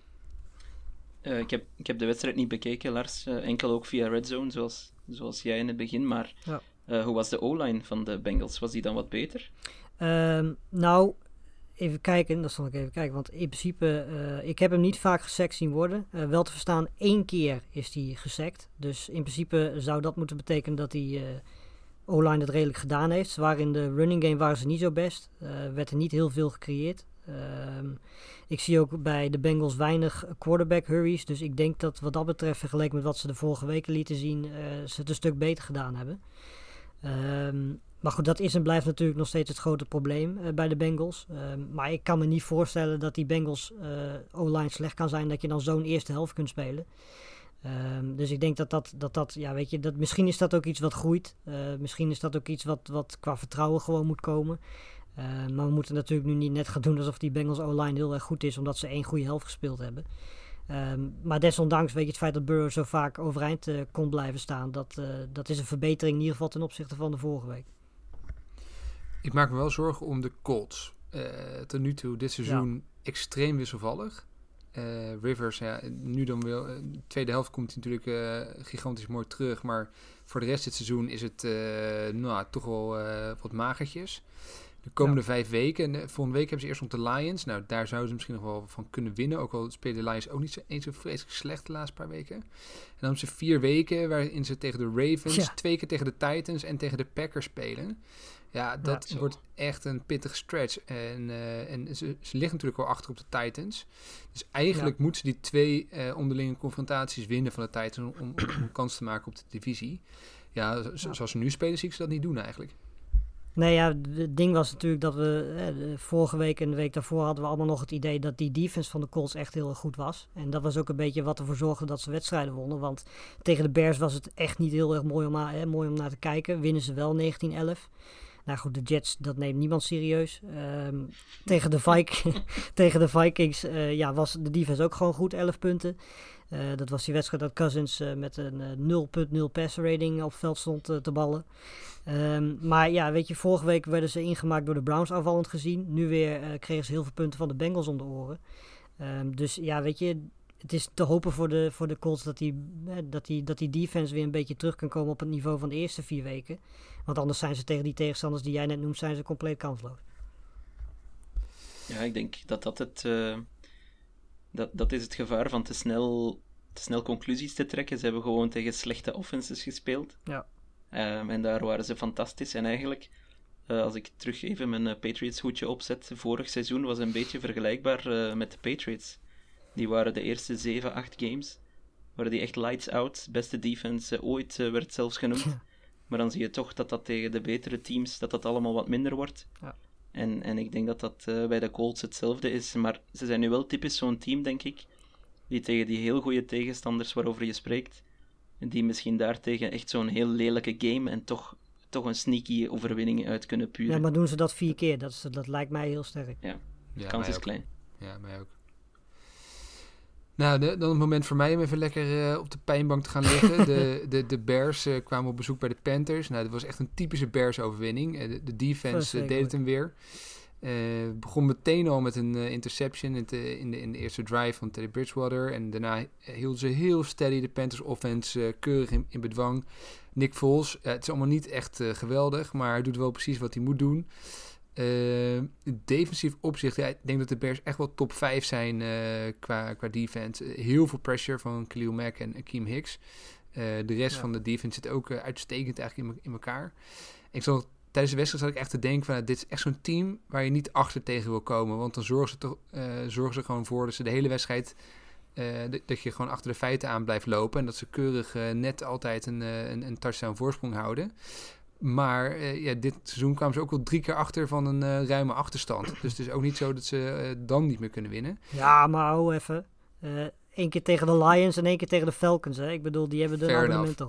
Uh, ik, heb, ik heb de wedstrijd niet bekeken, Lars. Uh, enkel ook via Red Zone, zoals, zoals jij in het begin. Maar ja. uh, hoe was de O-line van de Bengals? Was die dan wat beter? Um, nou, even kijken. Dat zal ik even kijken. Want in principe, uh, ik heb hem niet vaak gesackt zien worden. Uh, wel te verstaan, één keer is hij gesackt. Dus in principe zou dat moeten betekenen dat hij... Uh, O-line het redelijk gedaan heeft. Ze waren in de running game waren ze niet zo best. Uh, werd er niet heel veel gecreëerd. Uh, ik zie ook bij de Bengals weinig quarterback hurries. Dus ik denk dat wat dat betreft, vergeleken met wat ze de vorige weken lieten zien, uh, ze het een stuk beter gedaan hebben. Um, maar goed, dat is en blijft natuurlijk nog steeds het grote probleem uh, bij de Bengals. Um, maar ik kan me niet voorstellen dat die Bengals uh, O-line slecht kan zijn, dat je dan zo'n eerste helft kunt spelen. Um, dus ik denk dat dat, dat, dat ja, weet je, dat misschien is dat ook iets wat groeit. Uh, misschien is dat ook iets wat, wat qua vertrouwen gewoon moet komen. Uh, maar we moeten natuurlijk nu niet net gaan doen alsof die Bengals O-line heel erg goed is, omdat ze één goede helft gespeeld hebben. Um, maar desondanks, weet je, het feit dat Burrow zo vaak overeind uh, kon blijven staan, dat, uh, dat is een verbetering in ieder geval ten opzichte van de vorige week. Ik maak me wel zorgen om de Colts. Uh, tot nu toe dit seizoen ja. extreem wisselvallig. Uh, Rivers, ja, nu dan wel. De tweede helft komt hij natuurlijk uh, gigantisch mooi terug. Maar voor de rest dit seizoen is het uh, nou, toch wel uh, wat magertjes. De komende ja. vijf weken. En volgende week hebben ze eerst nog de Lions. Nou, daar zouden ze misschien nog wel van kunnen winnen. Ook al spelen de Lions ook niet zo, eens zo vreselijk slecht de laatste paar weken. En dan hebben ze vier weken waarin ze tegen de Ravens, ja. twee keer tegen de Titans en tegen de Packers spelen. Ja, dat ja, wordt echt een pittige stretch. En, uh, en ze, ze liggen natuurlijk al achter op de Titans. Dus eigenlijk ja. moeten ze die twee uh, onderlinge confrontaties winnen van de Titans om, om, om een kans te maken op de divisie. Ja, z- ja, zoals ze nu spelen zie ik ze dat niet doen eigenlijk. Nee, ja, het ding was natuurlijk dat we eh, de vorige week en de week daarvoor hadden we allemaal nog het idee dat die defense van de Colts echt heel erg goed was. En dat was ook een beetje wat ervoor zorgde dat ze wedstrijden wonnen. Want tegen de Bears was het echt niet heel erg mooi om, eh, mooi om naar te kijken. Winnen ze wel negentien elf. Nou goed, de Jets, dat neemt niemand serieus. Um, tegen, de Vik- tegen de Vikings uh, ja, was de defense ook gewoon goed, elf punten. Uh, dat was die wedstrijd dat Cousins uh, met een uh, nul komma nul passer rating op het veld stond uh, te ballen. Um, maar ja, weet je, vorige week werden ze ingemaakt door de Browns aanvallend gezien. Nu weer uh, kregen ze heel veel punten van de Bengals om de oren. Um, dus ja, weet je, het is te hopen voor de, voor de Colts dat die, eh, dat, die, dat die defense weer een beetje terug kan komen op het niveau van de eerste vier weken. Want anders zijn ze tegen die tegenstanders die jij net noemt, zijn ze compleet kansloos. Ja, ik denk dat dat het... Uh, dat, dat is het gevaar van te snel, te snel conclusies te trekken. Ze hebben gewoon tegen slechte offenses gespeeld. Ja. Um, en daar waren ze fantastisch. En eigenlijk, uh, als ik terug even mijn uh, Patriots hoedje opzet, vorig seizoen was een beetje vergelijkbaar uh, met de Patriots. Die waren de eerste zeven, acht games. Waren die echt lights out. Beste defense uh, ooit uh, werd zelfs genoemd. Maar dan zie je toch dat dat tegen de betere teams, dat dat allemaal wat minder wordt. Ja. En, en ik denk dat dat uh, bij de Colts hetzelfde is. Maar ze zijn nu wel typisch zo'n team, denk ik, die tegen die heel goede tegenstanders waarover je spreekt, die misschien daartegen echt zo'n heel lelijke game en toch, toch een sneaky overwinning uit kunnen puren. Ja, maar doen ze dat vier keer? Dat, is, dat lijkt mij heel sterk. Ja, de ja, kans is ook. klein. Ja, mij ook. Nou, de, dan het moment voor mij om even lekker uh, op de pijnbank te gaan liggen. De, de, de Bears uh, kwamen op bezoek bij de Panthers. Nou, dat was echt een typische Bears-overwinning. Uh, de, de defense uh, deed het hem weer. Uh, begon meteen al met een uh, interception in de, in, de, in de eerste drive van Teddy Bridgewater. En daarna uh, hielden ze heel steady de Panthers offense uh, keurig in, in bedwang. Nick Foles, uh, het is allemaal niet echt uh, geweldig, maar hij doet wel precies wat hij moet doen. Uh, defensief opzicht, ja, ik denk dat de Bears echt wel top vijf zijn uh, qua, qua defense. Uh, heel veel pressure van Khalil Mack en Akeem Hicks. Uh, de rest ja. van de defense zit ook uh, uitstekend eigenlijk in, in elkaar. Ik zal tijdens de wedstrijd zat ik echt te denken van, uh, dit is echt zo'n team waar je niet achter tegen wil komen. Want dan zorgen ze, toch, uh, zorgen ze gewoon voor dat ze de hele wedstrijd, uh, d- dat je gewoon achter de feiten aan blijft lopen. En dat ze keurig uh, net altijd een, uh, een, een touchdown voorsprong houden. Maar uh, ja, dit seizoen kwamen ze ook wel drie keer achter van een uh, ruime achterstand. Dus het is ook niet zo dat ze uh, dan niet meer kunnen winnen. Ja, maar hou even. Uh, Eén keer tegen de Lions en één keer tegen de Falcons. Hè? Ik bedoel, die hebben er een abonnement toch op.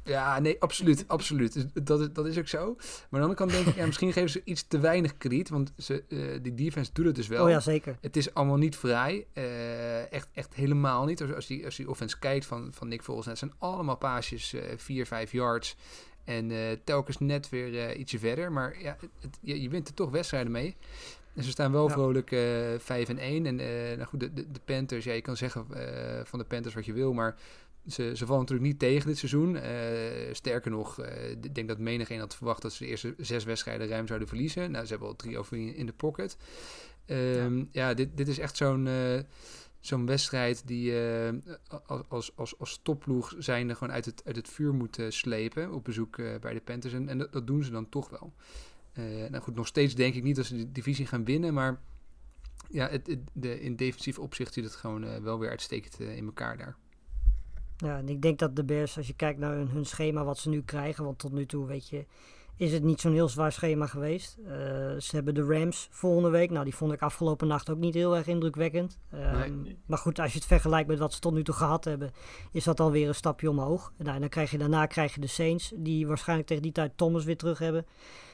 Ja, nee, absoluut, absoluut. Dus Dat, is- dat is ook zo. Maar aan de andere kant denk ik, ja, misschien geven ze iets te weinig krediet, want ze, eh, die defense doet het dus wel. Oh ja, zeker. Het is allemaal niet vrij. eh, echt, echt helemaal niet. Als, als, je, als je die offense kijkt van, van Nick Foles, het zijn allemaal paasjes, eh vier, vijf yards. En eh, telkens net weer eh, ietsje verder. Maar ja, het, het- je, je wint er toch wedstrijden mee. En ze staan wel Ja. vrolijk eh vijf en één. En eh, nou goed, de, de, de Panthers, ja, je kan zeggen eh, van de Panthers wat je wil, maar ze, ze vallen natuurlijk niet tegen dit seizoen. Eh, sterker nog, eh, ik denk dat menigeen had verwacht dat ze de eerste zes wedstrijden ruim zouden verliezen. Nou, ze hebben al drie over in, in de pocket. Ehm, ja, ja dit, dit is echt zo'n, eh, zo'n wedstrijd die eh, als, als, als topploeg zijnde gewoon uit het, uit het vuur moet eh, slepen op bezoek eh, bij de Panthers. En, en dat, dat doen ze dan toch wel. Eh, nou goed, nog steeds denk ik niet dat ze de divisie gaan winnen, maar ja, het, het- de, in defensief opzicht ziet het gewoon eh, wel weer uitstekend eh, in elkaar daar. Ja, en ik denk dat de Bears, als je kijkt naar hun, hun schema wat ze nu krijgen, want tot nu toe, weet je, is het niet zo'n heel zwaar schema geweest. Uh, ze hebben de Rams volgende week. Nou, die vond ik afgelopen nacht ook niet heel erg indrukwekkend. Um, Nee. Maar goed, als je het vergelijkt met wat ze tot nu toe gehad hebben, is dat alweer een stapje omhoog. Nou, en dan krijg je, daarna krijg je de Saints, die waarschijnlijk tegen die tijd Thomas weer terug hebben.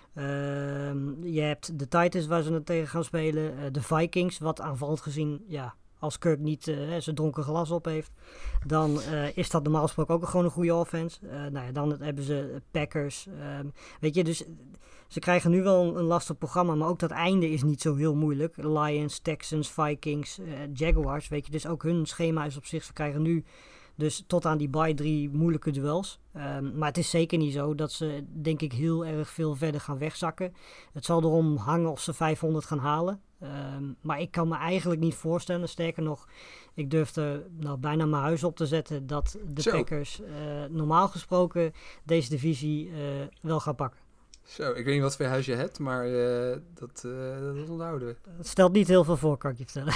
Um, je hebt de Titans waar ze het tegen gaan spelen. Uh, de Vikings, wat aanvallend gezien, ja, als Kirk niet uh, zijn dronken glas op heeft, dan uh, is dat normaal gesproken ook gewoon een goede offense. Uh, nou ja, dan hebben ze Packers. Um, weet je, dus ze krijgen nu wel een, een lastig programma, maar ook dat einde is niet zo heel moeilijk. Lions, Texans, Vikings, uh, Jaguars, weet je, dus ook hun schema is op zich, ze krijgen nu dus tot aan die bye drie moeilijke duels. Um, maar het is zeker niet zo dat ze, denk ik, heel erg veel verder gaan wegzakken. Het zal erom hangen of ze vijfhonderd gaan halen. Um, maar ik kan me eigenlijk niet voorstellen, sterker nog, ik durf er nou, bijna mijn huis op te zetten dat de Zo. Packers uh, normaal gesproken deze divisie uh, wel gaan pakken. Zo, ik weet niet wat voor huis je hebt, maar uh, dat, uh, dat onthouden we. Het stelt niet heel veel voor, kan ik je vertellen.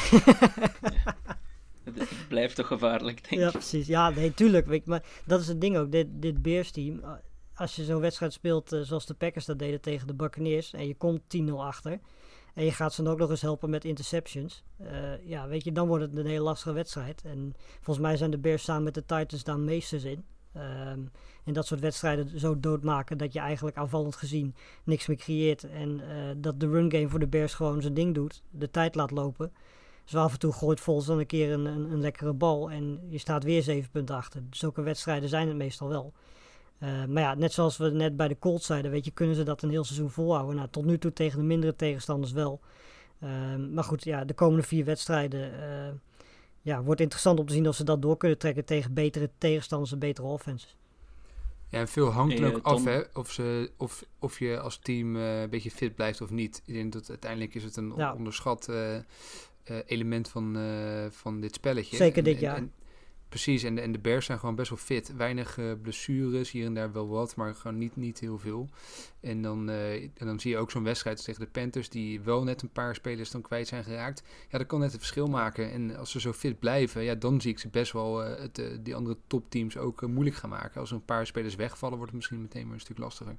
Ja. Het blijft toch gevaarlijk, denk Ja, ik. precies. Ja, nee, tuurlijk. Weet je, maar dat is het ding ook. Dit, dit Bears team, als je zo'n wedstrijd speelt uh, zoals de Packers dat deden tegen de Buccaneers en je komt tien nul achter en je gaat ze dan ook nog eens helpen met interceptions. Uh, ja, weet je, dan wordt het een hele lastige wedstrijd. En volgens mij zijn de Bears samen met de Titans daar meesters in. Um, en dat soort wedstrijden zo doodmaken dat je eigenlijk aanvallend gezien niks meer creëert. En uh, dat de run game voor de Bears gewoon zijn ding doet. De tijd laat lopen. Zo af en toe gooit Foles dan een keer een, een, een lekkere bal en je staat weer zeven punten achter. Zulke wedstrijden zijn het meestal wel. Uh, maar ja, net zoals we net bij de Colts zeiden, weet je, kunnen ze dat een heel seizoen volhouden. Nou, tot nu toe tegen de mindere tegenstanders wel. Uh, maar goed, ja, de komende vier wedstrijden uh, ja, wordt interessant om te zien of ze dat door kunnen trekken tegen betere tegenstanders en betere offenses. Ja, en veel hangt er Hey, ook uh, af, Tom. hè, of, ze, of, of je als team uh, een beetje fit blijft of niet. Ik denk dat uiteindelijk is het een Ja. onderschat uh, uh, element van, uh, van dit spelletje. Zeker En- dit en- jaar. en- precies, en, de- en de Bears zijn gewoon best wel fit. Weinig uh, blessures, hier en daar wel wat, maar gewoon niet, niet heel veel. En dan, uh, en dan zie je ook zo'n wedstrijd tegen de Panthers, die wel net een paar spelers dan kwijt zijn geraakt. Ja, dat kan net het verschil maken. En als ze zo fit blijven, ja, dan zie ik ze best wel uh, het, uh, die andere topteams ook uh, moeilijk gaan maken. Als er een paar spelers wegvallen, wordt het misschien meteen weer een stuk lastiger.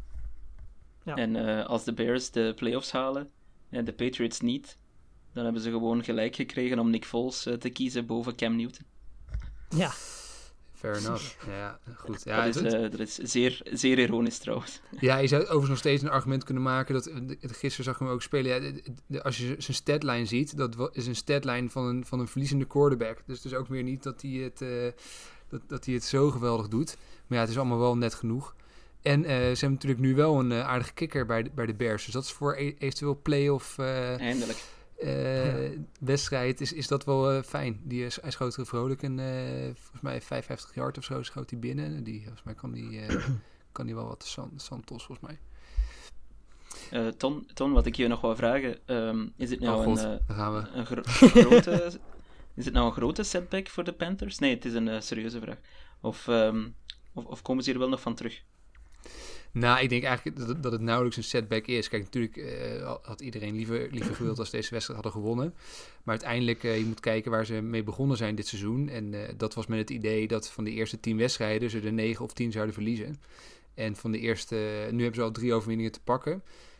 Ja. En uh, als de Bears de playoffs halen en de Patriots niet, dan hebben ze gewoon gelijk gekregen om Nick Foles uh, te kiezen boven Cam Newton. Ja, Fair enough. Ja, goed. Ja, dat, is, het- uh, dat is zeer, zeer ironisch trouwens. Ja, je zou overigens nog steeds een argument kunnen maken dat, eh, de- gisteren zag ik hem ook spelen, ja, de- de- als je zijn statline ziet, dat wa- is een statline van een, van een verliezende quarterback. Dus het is ook weer niet dat hij het, eh, dat, dat hij het zo geweldig doet. Maar ja, het is allemaal wel net genoeg. En eh, ze hebben natuurlijk nu wel een eh, aardige kicker bij de, bij de Bears. Dus dat is voor e- eventueel play-off eh, Eindelijk. eh, wedstrijd is, is dat wel eh, fijn. Die, is- hij schoot er vrolijk en eh, volgens mij vijfenvijftig yard of zo schoot hij binnen. Die, volgens mij kan die, eh, kan die wel wat San, Santos volgens mij. Uh, Ton, Ton, wat ik je nog wou vragen, um, is het nou Oh god, een, uh, daar gaan we. een gro- grote... Is het nou een grote setback voor de Panthers? Nee, het is een uh, serieuze vraag. Of, um, of, of komen ze hier wel nog van terug? Nou, ik denk eigenlijk dat, dat het nauwelijks een setback is. Kijk, natuurlijk uh, had iedereen liever, liever gewild als deze wedstrijd hadden gewonnen. Maar uiteindelijk, uh, je moet kijken waar ze mee begonnen zijn dit seizoen. En uh, dat was met het idee dat van de eerste tien wedstrijden ze er negen of tien zouden verliezen. En van de eerste, nu hebben ze al drie overwinningen te pakken.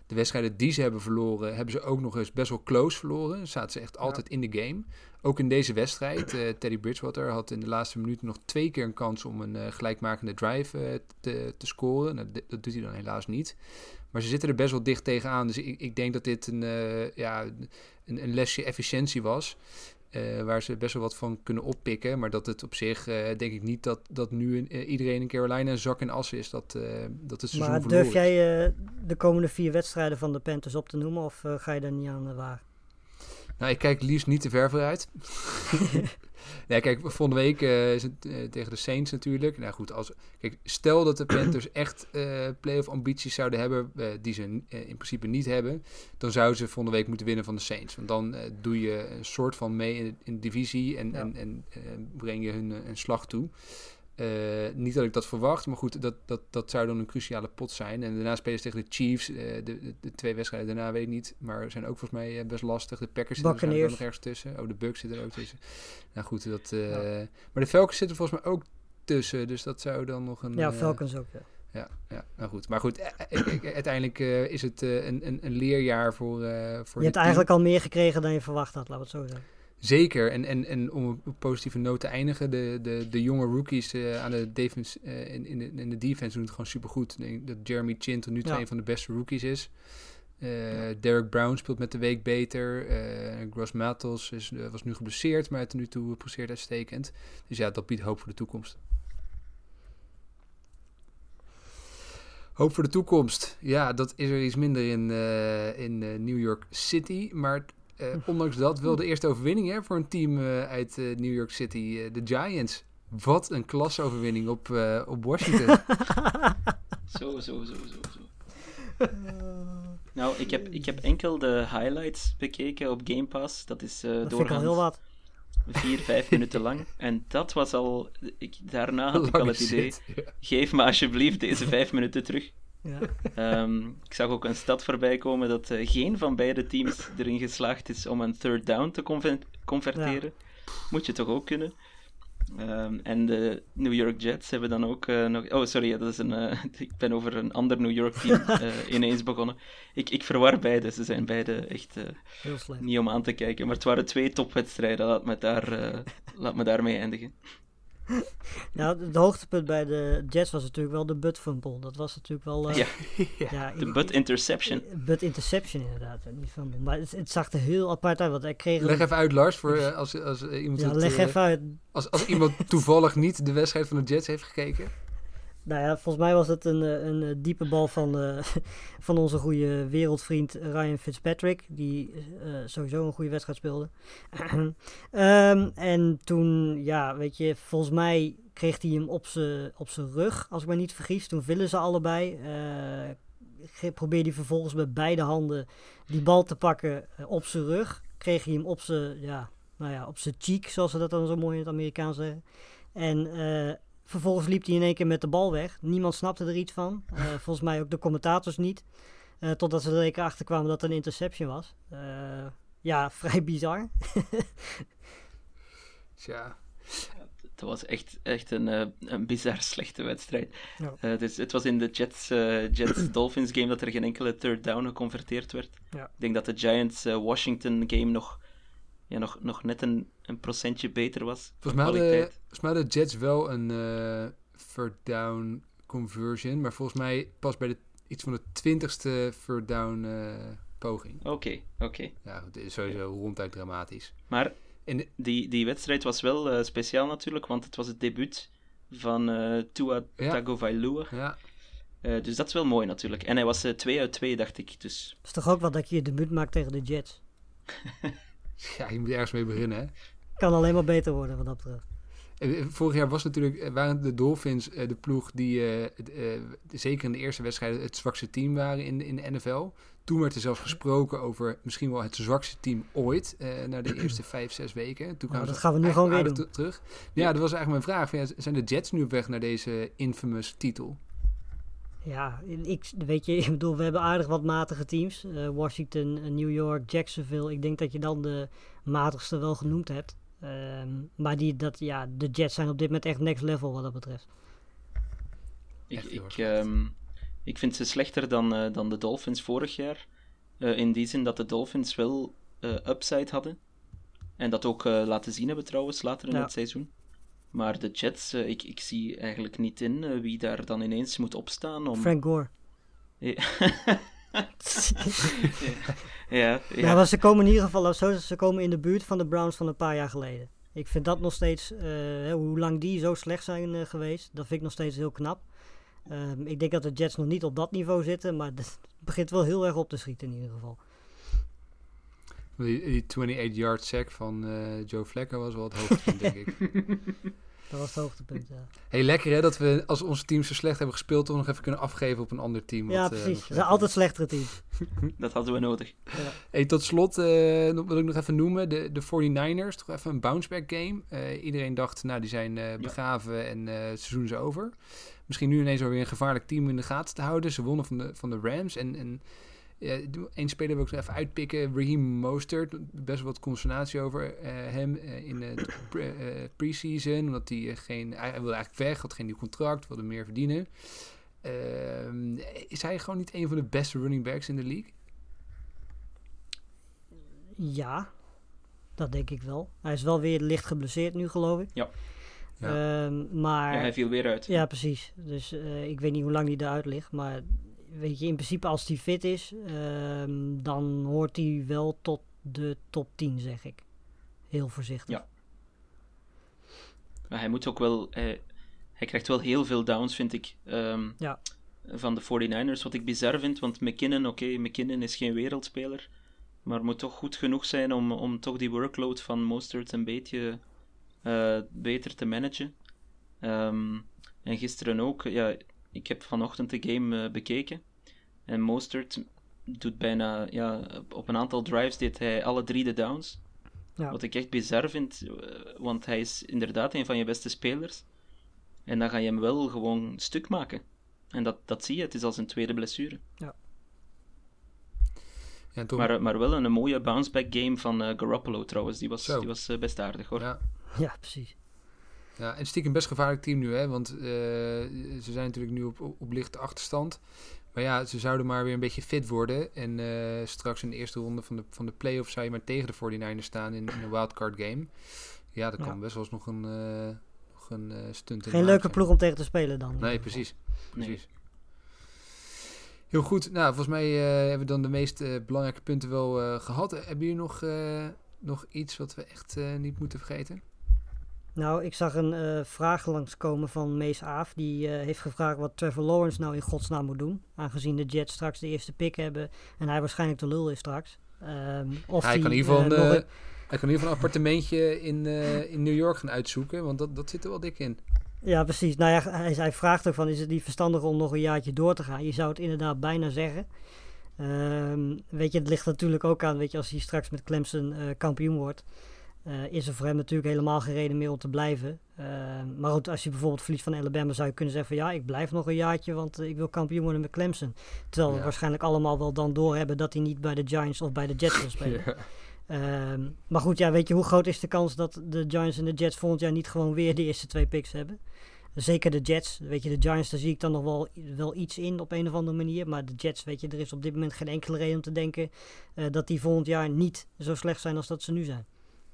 de wedstrijden die ze hebben verloren, hebben ze ook nog eens best wel close verloren. Zaten ze echt altijd in de game. Ook in deze wedstrijd. Uh, Teddy Bridgewater had in de laatste minuten nog twee keer een kans om een uh, gelijkmakende drive uh, te, te scoren. Nou, d- dat doet hij dan helaas niet. Maar ze zitten er best wel dicht tegenaan. Dus ik, ik denk dat dit een, uh, ja, een, een lesje efficiëntie was. Uh, waar ze best wel wat van kunnen oppikken. Maar dat het op zich, uh, denk ik niet dat, dat nu uh, iedereen in Carolina een zak en as is. Dat, uh, dat het seizoen Maar verloren durf jij uh, de komende vier wedstrijden van de Panthers op te noemen? Of uh, ga je daar niet aan uh, waar? Nou, ik kijk liefst niet te ver vooruit. Nee, kijk, volgende week uh, is het uh, tegen de Saints natuurlijk. Nou goed, als, kijk, stel dat de Panthers echt uh, playoff ambities zouden hebben, uh, die ze uh, in principe niet hebben, dan zouden ze volgende week moeten winnen van de Saints. Want dan uh, doe je een soort van mee in, in de divisie en, ja. en, en uh, breng je hun uh, een slag toe. Uh, niet dat ik dat verwacht, maar goed, dat, dat, dat zou dan een cruciale pot zijn. En daarna spelen ze tegen de Chiefs. Uh, de, de, de twee wedstrijden daarna weet ik niet, maar zijn ook volgens mij uh, best lastig. De Packers zitten er nog ergens tussen. Oh, de Bucks zitten er ook tussen. Nou goed, dat, uh, ja. maar de Falcons zitten volgens mij ook tussen, dus dat zou dan nog een... Ja, Falcons uh, ook, ja. Ja, ja, nou goed. Maar goed, uiteindelijk uh, is het uh, een, een, een leerjaar voor, uh, voor Je hebt team. eigenlijk al meer gekregen dan je verwacht had, laten we het zo zeggen. Zeker, en, en, en om op een positieve noot te eindigen, de, de, de jonge rookies uh, aan de defense, uh, in, in, de, in de defense doen het gewoon supergoed. Ik denk dat Jeremy Chin tot nu toe ja. een van de beste rookies is. Uh, ja. Derek Brown speelt met de week beter. Uh, Gross Matos is, uh, was nu geblesseerd, maar tot nu toe presteert uitstekend. Dus ja, dat biedt hoop voor de toekomst. Hoop voor de toekomst. Ja, dat is er iets minder in, uh, in uh, New York City, maar... Uh, ondanks dat wel de eerste overwinning hè, voor een team uh, uit uh, New York City, uh, de Giants. Wat een klasoverwinning op, uh, op Washington. Zo, zo, zo, zo, zo. Nou, ik heb, ik heb enkel de highlights bekeken op Game Pass. Dat is uh, dat doorgaans vind ik al heel wat. vier, vijf minuten lang. En dat was al... Ik, daarna had ik al het idee... Shit, ja. Geef me alsjeblieft deze vijf minuten terug. Ja. Um, ik zag ook een stat voorbij komen dat uh, geen van beide teams erin geslaagd is om een third down te conver- converteren. Ja. Moet je toch ook kunnen. Um, en de New York Jets hebben dan ook uh, nog... Oh, sorry, dat is een, uh, ik ben over een ander New York team uh, ineens begonnen. Ik, ik verwar beide, ze zijn beide echt uh, niet om aan te kijken. Maar het waren twee topwedstrijden, laat me, daar, uh, laat me daarmee eindigen. Nou, het hoogtepunt bij de Jets was natuurlijk wel de Butt fumble. Dat was natuurlijk wel... Uh, ja, ja, de Butt interception. Butt interception inderdaad, niet fumble. Maar het, het zag er heel apart uit, want hij kreeg... Leg een... even uit, Lars, voor uh, als, als uh, iemand... Ja, het, leg uh, even uit. Als, als iemand toevallig niet de wedstrijd van de Jets heeft gekeken. Nou ja, volgens mij was het een, een, een diepe bal van, uh, van onze goede wereldvriend Ryan Fitzpatrick, die uh, sowieso een goede wedstrijd speelde. um, en toen, ja, weet je, volgens mij kreeg hij hem op zijn op zijn rug, als ik me niet vergis. Toen vielen ze allebei. Uh, probeerde hij vervolgens met beide handen die bal te pakken uh, op zijn rug. Kreeg hij hem op zijn, ja, nou ja, op zijn cheek, zoals ze dat dan zo mooi in het Amerikaans zeggen. En... Uh, Vervolgens liep hij in één keer met de bal weg. Niemand snapte er iets van. Uh, volgens mij ook de commentators niet. Uh, totdat ze er een keer achter kwamen dat het een interception was. Uh, ja, vrij bizar. Tja. Het was echt, echt een, uh, een bizar slechte wedstrijd. Ja. Uh, dus het was in de Jets, uh, Jets-Dolphins game dat er geen enkele third down geconverteerd werd. Ja. Ik denk dat de Giants-Washington uh, game nog... Ja, nog, nog net een, een procentje beter was. Volgens mij hadden de Jets wel een uh, third down conversion, maar volgens mij pas bij de, iets van de twintigste third down uh, poging. Oké, okay, oké. Okay. Ja, het is sowieso ronduit dramatisch. Maar de... die, die wedstrijd was wel uh, speciaal natuurlijk, want het was het debuut van uh, Tua ja. Tagovailoa. Ja. Uh, dus dat is wel mooi natuurlijk. En hij was uh, twee uit twee, dacht ik. Dus. Het is toch ook wel dat je je debuut maakt tegen de Jets? Ja, je moet ergens mee beginnen, hè? Kan alleen maar beter worden, wat dat betreft. Vorig jaar was natuurlijk, waren de Dolphins uh, de ploeg die, uh, uh, zeker in de eerste wedstrijden, het zwakste team waren in, in de N F L. Toen werd er zelfs gesproken over misschien wel het zwakste team ooit, uh, na de eerste vijf, zes weken. Toen nou, dat gaan we nu gewoon weer doen. T- terug. Ja, dat was eigenlijk mijn vraag. Van, ja, zijn de Jets nu op weg naar deze infamous titel? Ja, ik, weet je, ik bedoel, we hebben aardig wat matige teams. Uh, Washington, uh, New York, Jacksonville. Ik denk dat je dan de matigste wel genoemd hebt. Um, maar die, dat, ja, de Jets zijn op dit moment echt next level wat dat betreft. Ik, ik, um, Ik vind ze slechter dan, uh, dan de Dolphins vorig jaar. Uh, in die zin dat de Dolphins wel uh, upside hadden. En dat ook uh, laten zien hebben trouwens, later in ja. het seizoen. Maar de Jets, uh, ik, ik zie eigenlijk niet in uh, wie daar dan ineens moet opstaan om... Frank Gore. ja, ja, ja. ja, maar ze komen in ieder geval, zo, ze komen in de buurt van de Browns van een paar jaar geleden. Ik vind dat nog steeds, uh, hoe lang die zo slecht zijn uh, geweest, dat vind ik nog steeds heel knap. Um, ik denk dat de Jets nog niet op dat niveau zitten, maar het begint wel heel erg op te schieten in ieder geval. Die, die achtentwintig-yard sack van uh, Joe Flacco was wel het hoogtepunt, denk ik. Dat was het hoogtepunt, ja. Hey, lekker hè, dat we als onze teams zo slecht hebben gespeeld, toch nog even kunnen afgeven op een ander team. Ja, wat, precies. Uh, Ze zijn altijd slechtere teams. Dat hadden we nodig. Ja. Hey, tot slot uh, wil ik nog even noemen, de, de forty-niners, toch even een bounce-back game. Uh, iedereen dacht, nou die zijn uh, begraven ja. en uh, het seizoen is over. Misschien nu ineens alweer een gevaarlijk team in de gaten te houden. Ze wonnen van de, van de Rams en... en Uh, Eén speler wil ik zo even uitpikken. Raheem Mostert. Best wel wat consternatie over uh, hem uh, in de uh, pre- uh, pre-season. Omdat hij uh, geen... Hij wilde eigenlijk weg. Had geen nieuw contract. Wilde meer verdienen. Uh, is hij gewoon niet een van de beste running backs in de league? Ja. Dat denk ik wel. Hij is wel weer licht geblesseerd nu, geloof ik. Ja. Ja. Uh, maar... ja, hij viel weer uit. Ja, precies. Dus uh, ik weet niet hoe lang hij eruit ligt. Maar... Weet je, in principe als hij fit is, um, dan hoort hij wel tot de top tien, zeg ik. Heel voorzichtig. Ja. Maar hij moet ook wel... Hij, hij krijgt wel heel veel downs, vind ik, um, ja. van de forty-niners. Wat ik bizar vind, want McKinnon, oké, okay, McKinnon is geen wereldspeler. Maar moet toch goed genoeg zijn om, om toch die workload van Mostert een beetje uh, beter te managen. Um, en gisteren ook, ja... Ik heb vanochtend de game uh, bekeken. En Mostert doet bijna... Ja, op een aantal drives deed hij alle drie de downs. Ja. Wat ik echt bizar vind. Uh, want hij is inderdaad een van je beste spelers. En dan ga je hem wel gewoon stuk maken. En dat, dat zie je. Het is als een tweede blessure. Ja. Ja, toch... maar, maar wel een, een mooie bounce-back game van uh, Garoppolo trouwens. Die was, die was uh, best aardig hoor. Ja, ja precies. Ja, en stiekem best gevaarlijk team nu, hè? Want uh, ze zijn natuurlijk nu op, op, op lichte achterstand. Maar ja, ze zouden maar weer een beetje fit worden. En uh, straks in de eerste ronde van de, van de playoffs zou je maar tegen de forty-niners staan in, in een wildcard game. Ja, dat ja. kan best wel eens nog een, uh, nog een uh, stunt in. Geen leuke zijn. Ploeg om tegen te spelen dan. Nee, precies. precies. Nee. Heel goed. Nou, volgens mij uh, hebben we dan de meest uh, belangrijke punten wel uh, gehad. Hebben jullie nog, uh, nog iets wat we echt uh, niet moeten vergeten? Nou, ik zag een uh, vraag langskomen van Mees Aaf. Die uh, heeft gevraagd wat Trevor Lawrence nou in godsnaam moet doen. Aangezien de Jets straks de eerste pick hebben. En hij waarschijnlijk de lul is straks. Um, of hij, die, kan in ieder geval uh, een, een... hij kan in ieder geval een appartementje in, uh, in New York gaan uitzoeken. Want dat, dat zit er wel dik in. Ja, precies. Nou ja, hij, hij vraagt ook van, is het niet verstandig om nog een jaartje door te gaan? Je zou het inderdaad bijna zeggen. Um, weet je, het ligt natuurlijk ook aan, weet je, als hij straks met Clemson uh, kampioen wordt. Uh, is er voor hem natuurlijk helemaal geen reden meer om te blijven. Uh, maar goed, als je bijvoorbeeld verliest van Alabama, zou je kunnen zeggen van ja, ik blijf nog een jaartje, want uh, ik wil kampioen worden met Clemson. Terwijl we ja. waarschijnlijk allemaal wel dan doorhebben dat hij niet bij de Giants of bij de Jets wil spelen. Ja. Uh, maar goed, ja, weet je, hoe groot is de kans dat de Giants en de Jets volgend jaar niet gewoon weer de eerste twee picks hebben? Zeker de Jets. Weet je, de Giants, daar zie ik dan nog wel, wel iets in op een of andere manier. Maar de Jets, weet je, er is op dit moment geen enkele reden om te denken uh, dat die volgend jaar niet zo slecht zijn als dat ze nu zijn.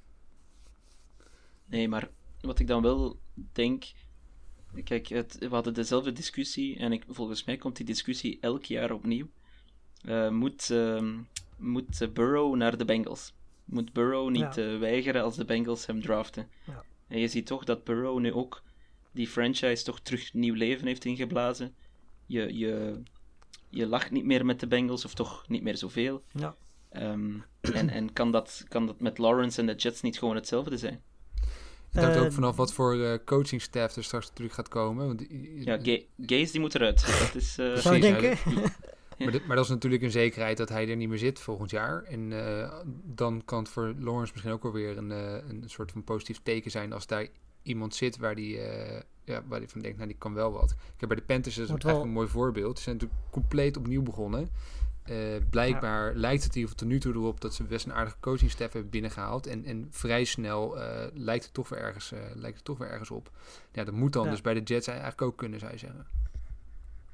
Nee, maar wat ik dan wel denk... Kijk, het, we hadden dezelfde discussie en ik, volgens mij komt die discussie elk jaar opnieuw. Uh, moet, uh, moet Burrow naar de Bengals? Moet Burrow niet ja. uh, weigeren als de Bengals hem draften? Ja. En je ziet toch dat Burrow nu ook die franchise toch terug nieuw leven heeft ingeblazen. Je, je, je lacht niet meer met de Bengals, of toch niet meer zoveel. Ja. Um, en en kan, dat, kan dat met Lawrence en de Jets niet gewoon hetzelfde zijn? Het hangt uh, ook vanaf wat voor uh, coachingstaff er straks natuurlijk gaat komen. Want, uh, ja, Ga- Gaze die moet eruit. Dat is, uh, zou je denken? Ja. Maar, dit, maar dat is natuurlijk een zekerheid dat hij er niet meer zit volgend jaar. En uh, dan kan het voor Lawrence misschien ook wel weer een, uh, een soort van positief teken zijn als daar iemand zit waar die, uh, ja, waar die van denkt, nou die kan wel wat. Ik heb bij de Panthers is eigenlijk wel een mooi voorbeeld. Ze zijn natuurlijk compleet opnieuw begonnen. Uh, blijkbaar ja. lijkt het hier tot nu toe erop dat ze best een aardige coachingstaff hebben binnengehaald. En, en vrij snel uh, lijkt, het toch weer ergens, uh, lijkt het toch weer ergens op. Ja, dat moet dan ja. dus bij de Jets eigenlijk ook kunnen, zou je zeggen.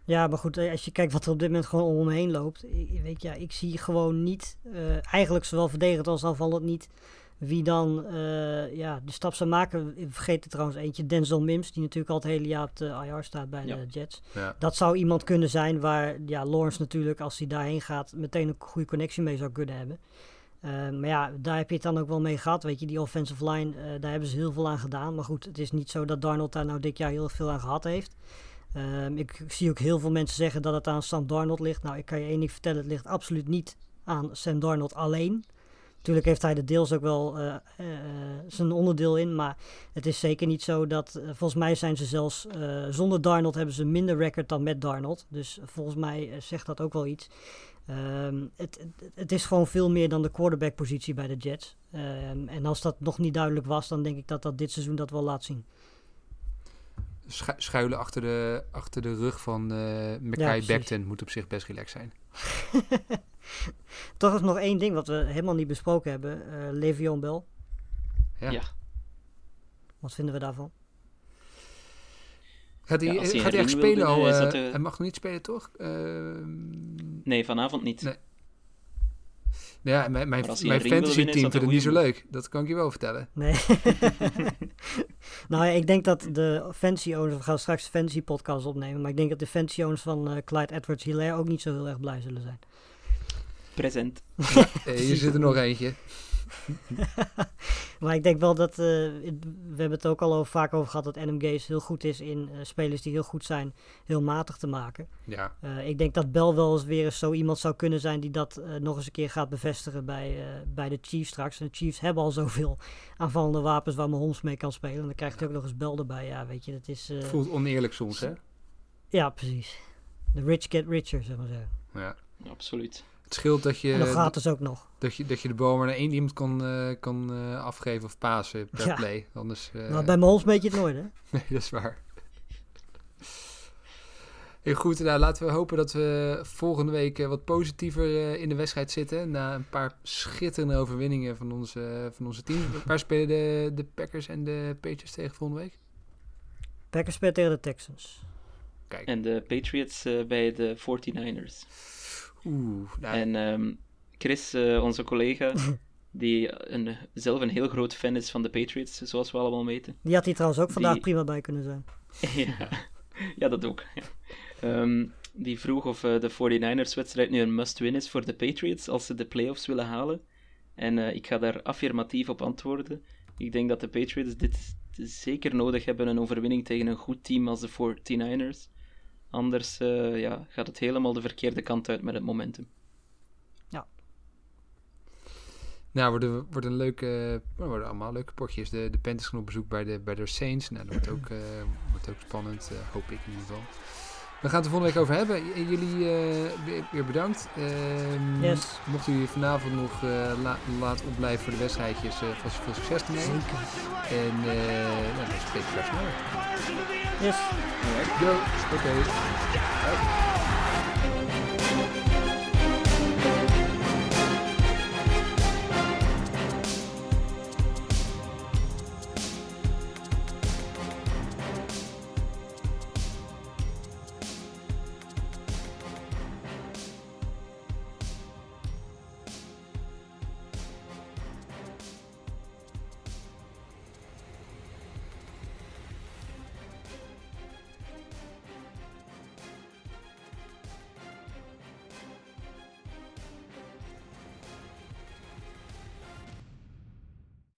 Ja, maar goed, als je kijkt wat er op dit moment gewoon om hem heen loopt. Ik, weet ja, ik zie gewoon niet, uh, eigenlijk zowel verdedigend als aanvallend niet, wie dan uh, ja, de stap zou maken. Ik vergeet er trouwens eentje, Denzel Mims, die natuurlijk al het hele jaar op de I R staat bij ja. de Jets. Ja. Dat zou iemand kunnen zijn waar ja, Lawrence natuurlijk, als hij daarheen gaat, meteen een goede connectie mee zou kunnen hebben. Uh, maar ja, daar heb je het dan ook wel mee gehad. Weet je, die offensive line, uh, daar hebben ze heel veel aan gedaan. Maar goed, het is niet zo dat Darnold daar nou dit jaar heel veel aan gehad heeft. Um, ik zie ook heel veel mensen zeggen dat het aan Sam Darnold ligt. Nou, ik kan je één ding vertellen, het ligt absoluut niet aan Sam Darnold alleen. Natuurlijk heeft hij er deels ook wel uh, uh, zijn onderdeel in, maar het is zeker niet zo dat, uh, volgens mij zijn ze zelfs, uh, zonder Darnold hebben ze minder record dan met Darnold. Dus volgens mij uh, zegt dat ook wel iets. Um, het, het, het is gewoon veel meer dan de quarterback positie bij de Jets. Um, en als dat nog niet duidelijk was, dan denk ik dat dat dit seizoen dat wel laat zien. Schu- schuilen achter de, achter de rug van uh, Mekhi ja, Becton moet op zich best relaxed zijn. Toch is nog één ding wat we helemaal niet besproken hebben. Uh, Le'Veon Bell. Ja. ja. Wat vinden we daarvan? Gaat hij, ja, hij, gaat hij echt spelen al? Uh, de... Hij mag nog niet spelen, toch? Uh, nee, vanavond niet. Nee. Ja, mijn, mijn, mijn fantasy team vindt het niet zo leuk. Dat kan ik je wel vertellen. Nee. Nou ja, ik denk dat de fantasy owners, we gaan straks de fantasy podcast opnemen, maar ik denk dat de fantasy owners van uh, Clyde Edwards-Helaire ook niet zo heel erg blij zullen zijn. Present. Ja, hier zit er nog eentje. Maar ik denk wel dat, uh, we hebben het ook al over, vaak over gehad, dat Adam Gase heel goed is in uh, spelers die heel goed zijn, heel matig te maken. Ja. Uh, ik denk dat Bell wel eens weer eens zo iemand zou kunnen zijn die dat uh, nog eens een keer gaat bevestigen bij, uh, bij de Chiefs straks. En de Chiefs hebben al zoveel aanvallende wapens waar Mahomes mee kan spelen. En dan krijgt hij ook nog eens Bell erbij. Ja, weet je, dat is... Uh, het voelt oneerlijk soms, hè? Ja, precies. The rich get richer, zeg maar zeggen. Ja, ja absoluut. Het scheelt dat je... En nog gratis ook nog. Dat je, dat je de bal maar naar één iemand kan, uh, kan uh, afgeven of pasen per ja. play. Anders, uh... nou, bij Mahomes weet je het nooit, hè? Nee, dat is waar. Heel goed, nou, laten we hopen dat we volgende week uh, wat positiever uh, in de wedstrijd zitten. Na een paar schitterende overwinningen van onze, van onze teams. Waar spelen de, de Packers en de Patriots tegen volgende week? Packers spelen tegen de Texans. Kijk. En de Patriots uh, bij de forty-niners. Oeh, nou. En um, Chris, uh, onze collega, die een, zelf een heel groot fan is van de Patriots, zoals we allemaal weten. Die had hier trouwens ook vandaag die... prima bij kunnen zijn. ja. ja, dat ook. Ja. Um, die vroeg of uh, de forty-niners-wedstrijd nu een must-win is voor de Patriots als ze de playoffs willen halen. En uh, ik ga daar affirmatief op antwoorden. Ik denk dat de Patriots dit zeker nodig hebben, een overwinning tegen een goed team als de forty-niners. Anders uh, ja, gaat het helemaal de verkeerde kant uit met het momentum. Ja. Nou, worden, worden, leuke, worden allemaal leuke potjes. De, de Panthers gaan op bezoek bij de, bij de Saints. Nou, dat wordt ook, uh, wordt ook spannend, uh, hoop ik in ieder geval. We gaan het er volgende week over hebben. J- jullie uh, weer, weer bedankt. Uh, yes. Mochten jullie vanavond nog uh, la- laat opblijven voor de wedstrijdjes, uh, vast veel succes ermee. Zeker. En uh, nou, dan spreken we straks maar. Yes. Go. Oké. Okay.